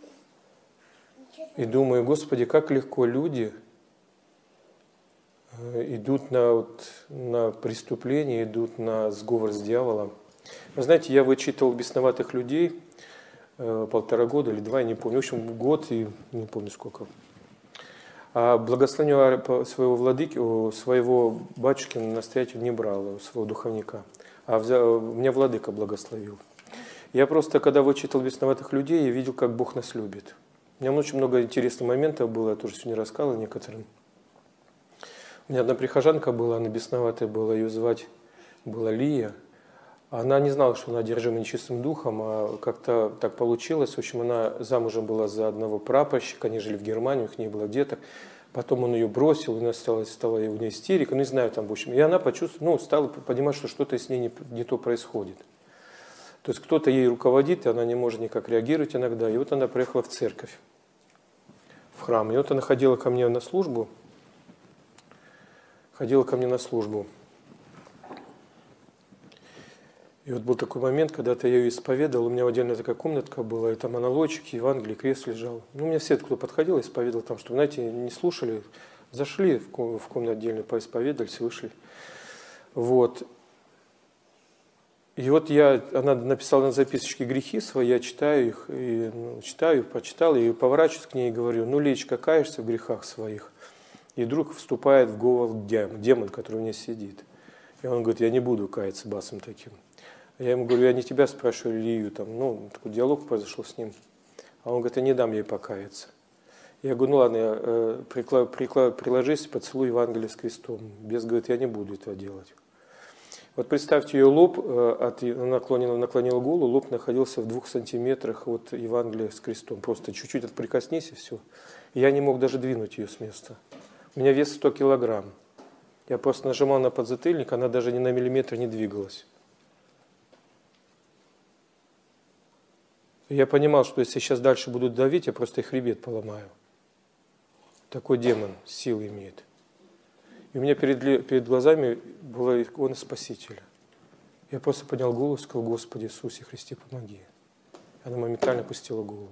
и думаю, Господи, как легко люди идут на, вот, на преступление, идут на сговор с дьяволом. Вы знаете, я вычитывал бесноватых людей э, полтора года или два, я не помню, в общем, год и не помню сколько. А благословение своего владыки, своего батюшки настоятеля не брал, своего духовника, а взял, меня владыка благословил. Я просто, когда вычитал бесноватых людей, я видел, как Бог нас любит. У меня очень много интересных моментов было, я тоже сегодня рассказывал некоторым. У меня одна прихожанка была, она бесноватая была, ее звать была Лия. Она не знала, что она одержима нечистым духом, а как-то так получилось. В общем, она замужем была за одного прапорщика, они жили в Германии, у них не было деток. Потом он ее бросил, у нее стала, стала у нее истерика, ну не знаю, там, в общем. И она почувствовала, ну, стала понимать, что что-то с ней не, не то происходит. То есть кто-то ей руководит, и она не может никак реагировать иногда. И вот она приехала в церковь, в храм. И вот она ходила ко мне на службу, ходила ко мне на службу. И вот был такой момент, когда-то я ее исповедовал, у меня отдельная такая комнатка была, и там аналойчик, Евангелие, крест лежал. Ну, у меня все, кто подходил, исповедовал там, что, знаете, не слушали, зашли в комнату отдельно, поисповедовались, вышли. Вот. И вот я, она написала на записочке грехи свои, я читаю их, и, ну, читаю, прочитал, и поворачиваюсь к ней и говорю, ну, Леечка, каешься в грехах своих? И вдруг вступает в голову демон, демон, который у меня сидит. И он говорит, я не буду каяться басом таким. Я ему говорю, я не тебя спрашиваю, Лию, там, ну, такой диалог произошел с ним. А он говорит, я не дам ей покаяться. Я говорю, ну ладно, я, э, прикла, прикла, приложись, поцелуй Евангелие с крестом. Бес говорит, я не буду этого делать. Вот представьте, ее лоб, э, от, наклонила, наклонила голову, лоб находился в двух сантиметрах от Евангелия с крестом. Просто чуть-чуть отприкоснись и все. Я не мог даже двинуть ее с места. У меня вес сто килограмм. Я просто нажимал на подзатыльник, она даже ни на миллиметр не двигалась. Я понимал, что если сейчас дальше будут давить, я просто их хребет поломаю. Такой демон силы имеет. И у меня перед, перед глазами была икона Спасителя. Я просто поднял голову и сказал, Господи Иисусе Христе, помоги. Она моментально опустила голову.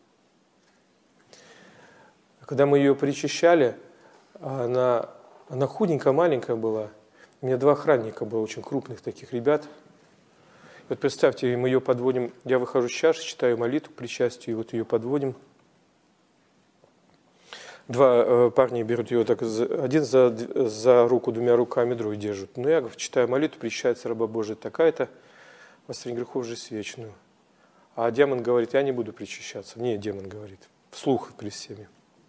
Когда мы ее причащали, она, она худенькая, маленькая была. У меня два охранника было, очень крупных таких ребят. Вот представьте, мы ее подводим, я выхожу с чаши, читаю молитву к причастию, и вот ее подводим. Два э, парня берут ее так, один за, за руку двумя руками, другой держат. Ну, я читаю молитву, причащается раба Божия такая-то, во стрень грехов жизнь вечную. А демон говорит, я не буду причащаться. Не, демон говорит, вслух при всеми.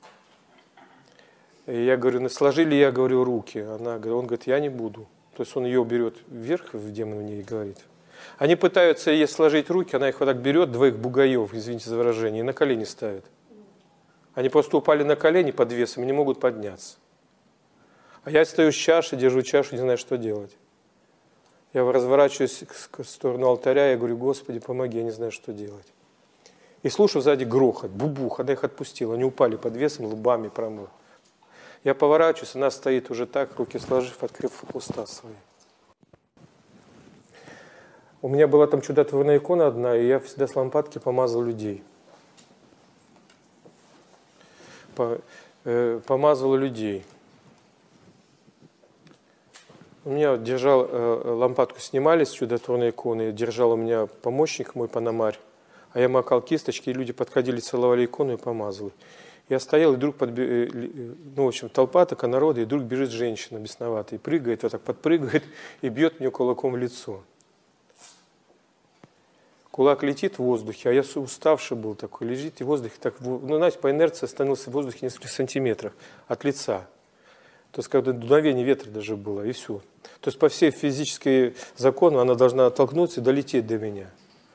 И я говорю, ну, сложили, я говорю, руки. Она, он говорит, я не буду. То есть он ее берет вверх, в демон в ней говорит. Они пытаются ей сложить руки, она их вот так берет, двоих бугаев, извините за выражение, и на колени ставит. Они просто упали на колени под весом и не могут подняться. А я стою с чашей, держу чашу, не знаю, что делать. Я разворачиваюсь в сторону алтаря, я говорю, Господи, помоги, я не знаю, что делать. И слушаю сзади грохот, бубух, она их отпустила, они упали под весом, лбами прямо. Я поворачиваюсь, она стоит уже так, руки сложив, открыв уста свои. У меня была там чудотворная икона одна, и я всегда с лампадки помазал людей. По, э, помазал людей. У меня держал, э, лампадку снимали с чудотворной иконы, держал у меня помощник мой Пономарь, а я макал кисточки, и люди подходили, целовали икону и помазывали. Я стоял, и вдруг, подби... ну, в общем, толпа такая народа, и вдруг бежит женщина бесноватая, и прыгает, вот так подпрыгивает, и бьет мне кулаком в лицо. Кулак летит в воздухе, а я уставший был такой, лежит и в воздухе, так, ну, знаете, по инерции остановился в воздухе несколько сантиметров от лица. То есть, когда дуновение ветра даже было, и все. То есть, по всей физической закону она должна оттолкнуться и долететь до меня.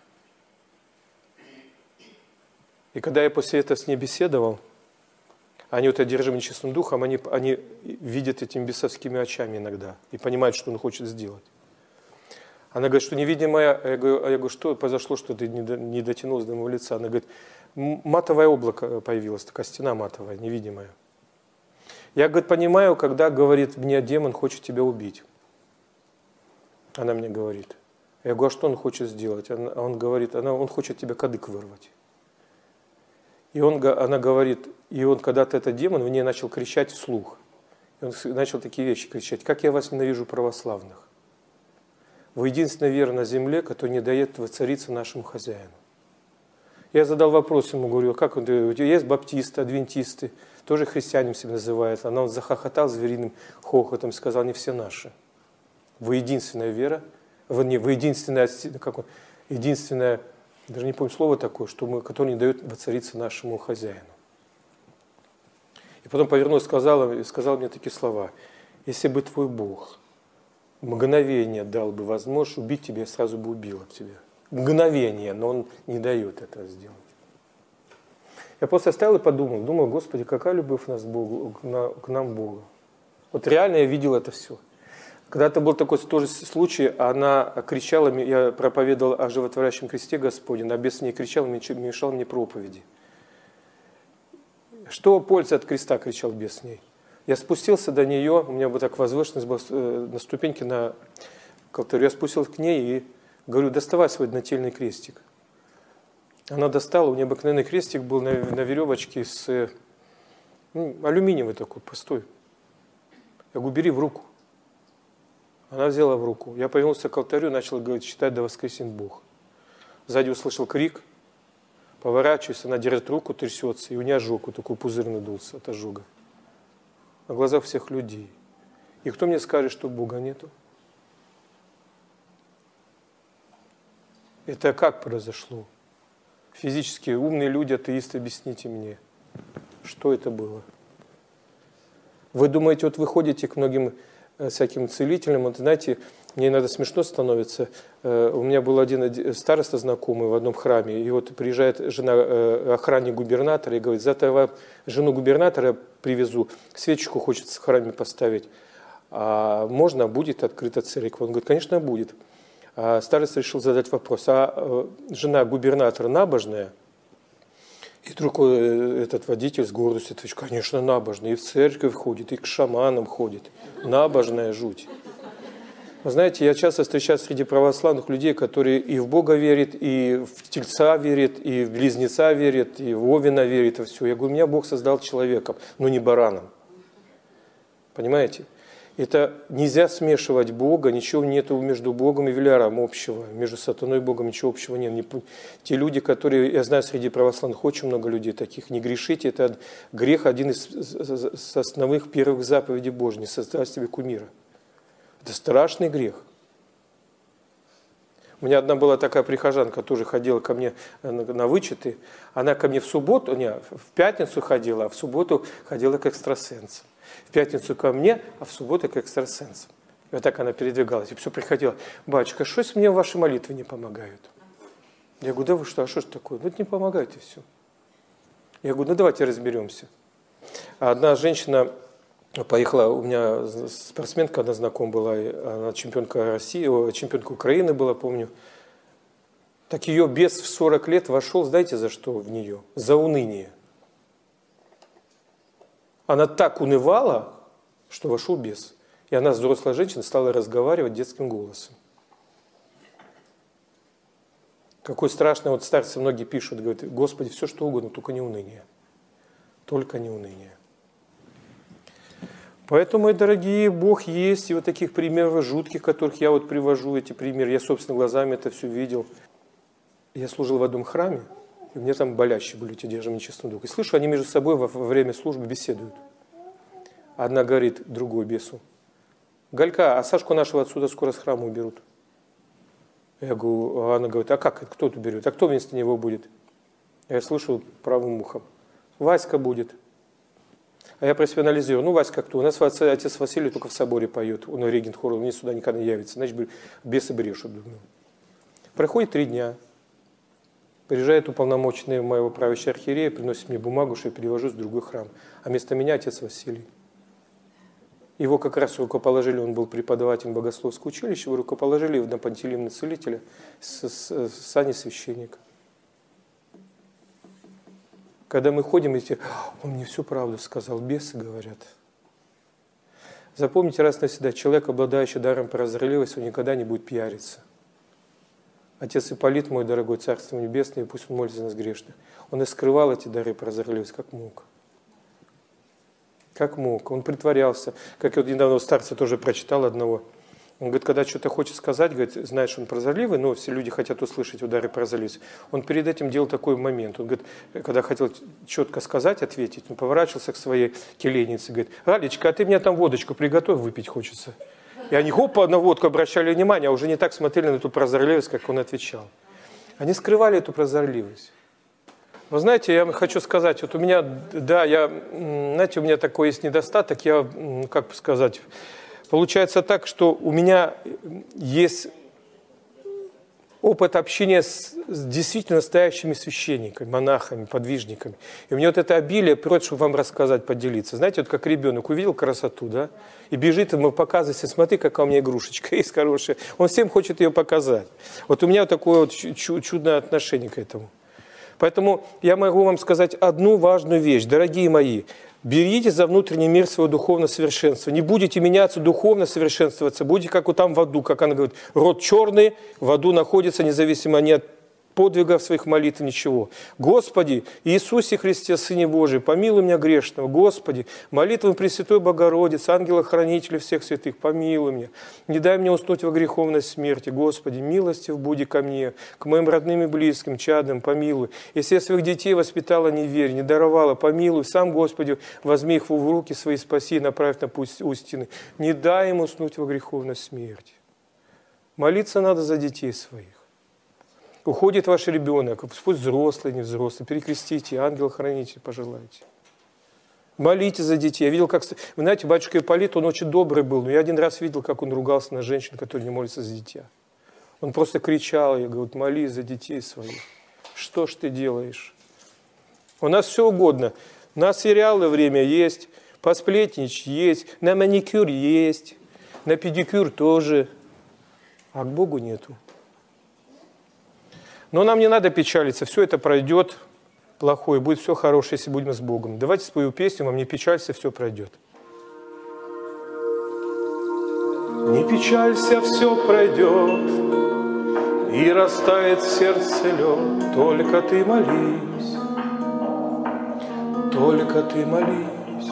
И когда я после этого с ней беседовал, они вот одержимы нечистым духом, они, они видят этими бесовскими очами иногда и понимают, что он хочет сделать. Она говорит, что невидимая, я говорю, я говорю, что произошло, что ты не дотянулась до моего лица. Она говорит, матовое облако появилось, такая стена матовая, невидимая. Я, говорит, понимаю, когда, говорит, мне демон хочет тебя убить. Она мне говорит. Я говорю, а что он хочет сделать? Он, он говорит, она, он хочет тебя кадык вырвать. И он, она говорит, и он когда-то этот демон в ней начал кричать вслух. И он начал такие вещи кричать, как я вас ненавижу, православных. Вы единственная вера на земле, которая не дает воцариться нашему хозяину. Я задал вопрос ему, говорю, а как он, есть баптисты, адвентисты, тоже христианин себя называет. Она вот захохотал звериным хохотом, сказал, не все наши. Вы единственная вера, вы, не, вы единственная, как он, единственная, даже не помню слово такое, что мы, которое не дает воцариться нашему хозяину. И потом повернулась, сказала, сказала мне такие слова. Если бы твой Бог в мгновение дал бы возможность убить тебя, сразу бы убил тебя. Мгновение, но Он не дает этого сделать. Я просто стоял и подумал, думал, Господи, какая любовь у нас к Богу, к нам Богу. Вот реально я видел это все. Когда-то был такой тоже случай, она кричала, я проповедовал о животворящем кресте Господне, она бес не кричала, мешал мне проповеди. Что польза от креста, кричал бес с ней. Я спустился до нее, у меня вот так возвышенность была на ступеньке на алтарю, я спустился к ней и говорю, доставай свой нательный крестик. Она достала, у нее обыкновенный крестик был на, на веревочке с ну, алюминиевый такой, пустой. Я говорю, бери в руку. Она взяла в руку. Я повернулся к алтарю, начал говорить, читать «Да воскресен Бог». Сзади услышал крик, поворачиваюсь, она держит руку, трясется, и у нее ожог, вот такой пузырь надулся от ожога. На глазах всех людей. И кто мне скажет, что Бога нету? Это как произошло? Физически умные люди, атеисты, объясните мне, что это было? Вы думаете, вот вы ходите к многим всяким целителям, вот знаете, мне иногда смешно становится. У меня был один староста знакомый в одном храме, и вот приезжает жена охранник губернатора и говорит, завтра я жену губернатора привезу, свечку хочет в храме поставить, а можно, будет открыта церковь? Он говорит, конечно, будет. А староста решил задать вопрос, а жена губернатора набожная? И вдруг этот водитель с гордостью отвечает, конечно, набожная, и в церковь ходит, и к шаманам ходит. Набожная жуть. Вы знаете, я часто встречаюсь среди православных людей, которые и в Бога верят, и в Тельца верят, и в Близнеца верят, и в Овена верят, и все. Я говорю, меня Бог создал человеком, но не бараном. Понимаете? Это нельзя смешивать Бога, ничего нету между Богом и Велиаром общего, между сатаной и Богом ничего общего нет. Те люди, которые, я знаю, среди православных очень много людей таких, не грешите, это грех, один из основных первых заповедей Божьих, не создать себе кумира. Это страшный грех. У меня одна была такая прихожанка, тоже ходила ко мне на вычеты, она ко мне в субботу, не, в пятницу ходила, а в субботу ходила к экстрасенсам. В пятницу ко мне, а в субботу к экстрасенсам. И вот так она передвигалась. И все приходила. Батюшка, что если мне ваши молитвы не помогают? Я говорю, да вы что, а что ж такое? Ну, это не помогает и все. Я говорю, ну давайте разберемся. Одна женщина поехала, у меня спортсменка, одна знакомая была, она чемпионка России, чемпионка Украины была, помню. Так ее бес в сорок лет вошел, знаете, за что в нее? За уныние. Она так унывала, что вошел бес. И она, взрослая женщина, стала разговаривать детским голосом. Какой страшный, вот старцы многие пишут, говорят, Господи, все что угодно, только не уныние. Только не уныние. Поэтому, мои дорогие, Бог есть, и вот таких примеров жутких, которых я вот привожу, эти примеры, я собственными глазами это все видел. Я служил в одном храме, и у меня там болящие были, те держим нечестный дух. И слышу, они между собой во время службы беседуют. Одна говорит другой бесу, Галька, а Сашку нашего отсюда скоро с храма уберут. Я говорю, а она говорит, а как, кто это берет, а кто вместо него будет? Я слышу правым ухом, Васька будет. А я про себя анализирую, ну Васька кто? У нас отец Василий только в соборе поет, он регент хора, он мне сюда никогда не явится, значит бесы брешут. Думаю. Проходит три дня. Приезжает уполномоченный моего правящего архиерея, приносит мне бумагу, что я перевожусь в другой храм. А вместо меня отец Василий. Его как раз рукоположили, он был преподавателем богословского училища, его рукоположили на Пантелеймона Целителя с, с, с сани священника. Когда мы ходим, эти, он мне всю правду сказал, бесы говорят. Запомните раз навсегда, человек, обладающий даром прозорливости, он никогда не будет пиариться. Отец Ипполит, мой дорогой, Царство Небесное, пусть он молится за нас грешных. Он и скрывал эти дары прозорливости, как мог. Как мог. Он притворялся. Как я вот недавно у старца тоже прочитал одного. Он говорит, когда что-то хочет сказать, говорит, знает, что он прозорливый, но все люди хотят услышать удары прозорливости. Он перед этим делал такой момент. Он говорит, когда хотел четко сказать, ответить, он поворачивался к своей келейнице, говорит, Галечка, а ты мне там водочку приготовь, выпить хочется. И они хопа на водку обращали внимание, а уже не так смотрели на эту прозорливость, как он отвечал. Они скрывали эту прозорливость. Вы знаете, я хочу сказать, вот у меня, да, я, знаете, у меня такой есть недостаток, я, как бы сказать, получается так, что у меня есть опыт общения с, с действительно настоящими священниками, монахами, подвижниками. И у меня вот это обилие прет, чтобы вам рассказать, поделиться. Знаете, вот как ребенок увидел красоту, да, и бежит, ему показывает, смотри, какая у меня игрушечка есть хорошая. Он всем хочет ее показать. Вот у меня вот такое вот чудное отношение к этому. Поэтому я могу вам сказать одну важную вещь, дорогие мои. Берите за внутренний мир своего духовного совершенства. Не будете меняться духовно совершенствоваться, будете как вот там в аду, как она говорит, род черный в аду находится, независимо ни от подвигов своих молитв, ничего. Господи, Иисусе Христе, Сыне Божий, помилуй меня грешного. Господи, молитвами Пресвятой Богородицы, ангела-хранителя всех святых, помилуй меня. Не дай мне уснуть во греховной смерти. Господи, милостив буди ко мне, к моим родным и близким, чадным, помилуй. Если я своих детей воспитала неверие, не даровала, помилуй. Сам, Господи, возьми их в руки свои, спаси и направь на путь истины. Не дай им уснуть во греховной смерти. Молиться надо за детей своих. Уходит ваш ребенок, пусть взрослый, не взрослый, перекрестите, ангел-хранитель пожелайте. Молитесь за детей. Я видел, как... Вы знаете, батюшка Ипполит, он очень добрый был, но я один раз видел, как он ругался на женщину, которая не молится за дитя. Он просто кричал, я говорю, молись за детей своих. Что ж ты делаешь? У нас все угодно. На сериалы время есть, посплетничать есть, на маникюр есть, на педикюр тоже, а к Богу нету. Но нам не надо печалиться, все это пройдет, плохое, будет все хорошее, если будем с Богом. Давайте спою песню, вам не печалься, все пройдет. Не печалься, все пройдет, и растает в сердце лед. Только ты молись, только ты молись.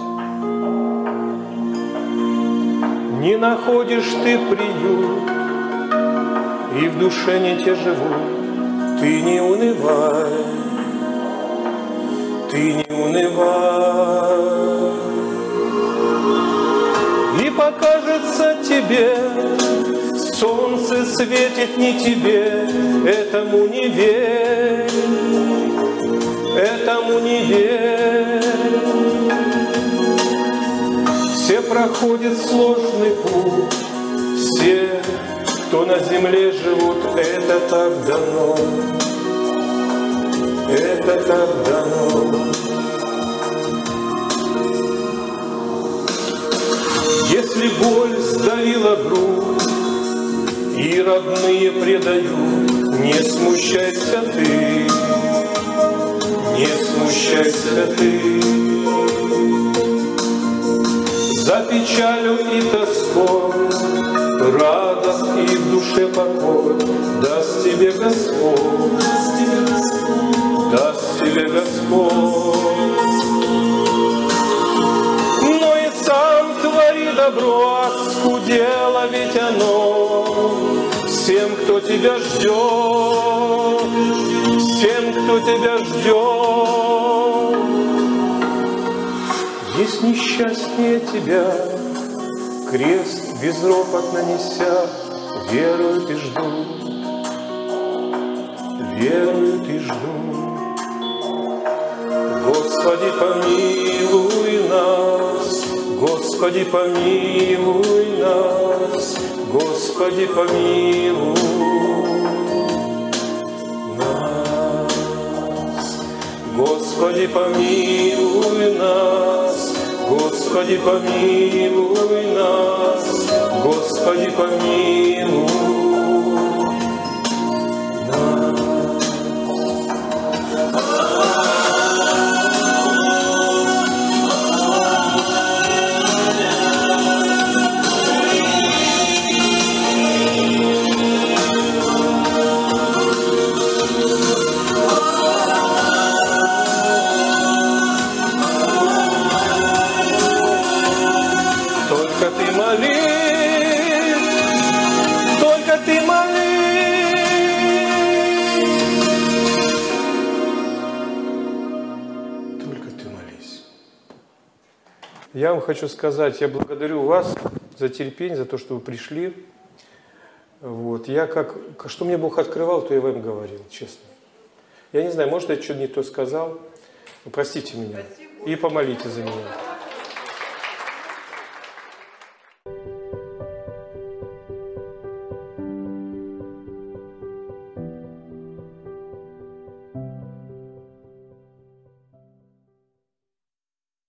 Не находишь ты приют, и в душе не те живут. Ты не унывай, ты не унывай. И покажется тебе, солнце светит не тебе, этому не верь, этому не верь. Все проходят сложный путь, все, кто на земле живут, это так дано, это так дано. Если боль сдавила грудь и родные предают, не смущайся ты, не смущайся ты. За печалью и тоской радость и в душе покой даст тебе Господь, даст тебе Господь. Но и сам твори добро, оскудело ведь оно всем, кто тебя ждет, всем, кто тебя ждет. Есть несчастнее тебя, крест безропотно неся, веруют и ждут, веруют и ждут. Господи, помилуй нас, Господи, помилуй нас, Господи, помилуй нас. Господи, помилуй нас, Господи, помилуй нас, Господи, помилуй нас. Я вам хочу сказать, я благодарю вас за терпение, за то, что вы пришли. Вот. Я как, что мне Бог открывал, то я вам говорил, честно. Я не знаю, может, я что-то не то сказал. Простите меня. И помолитесь за меня.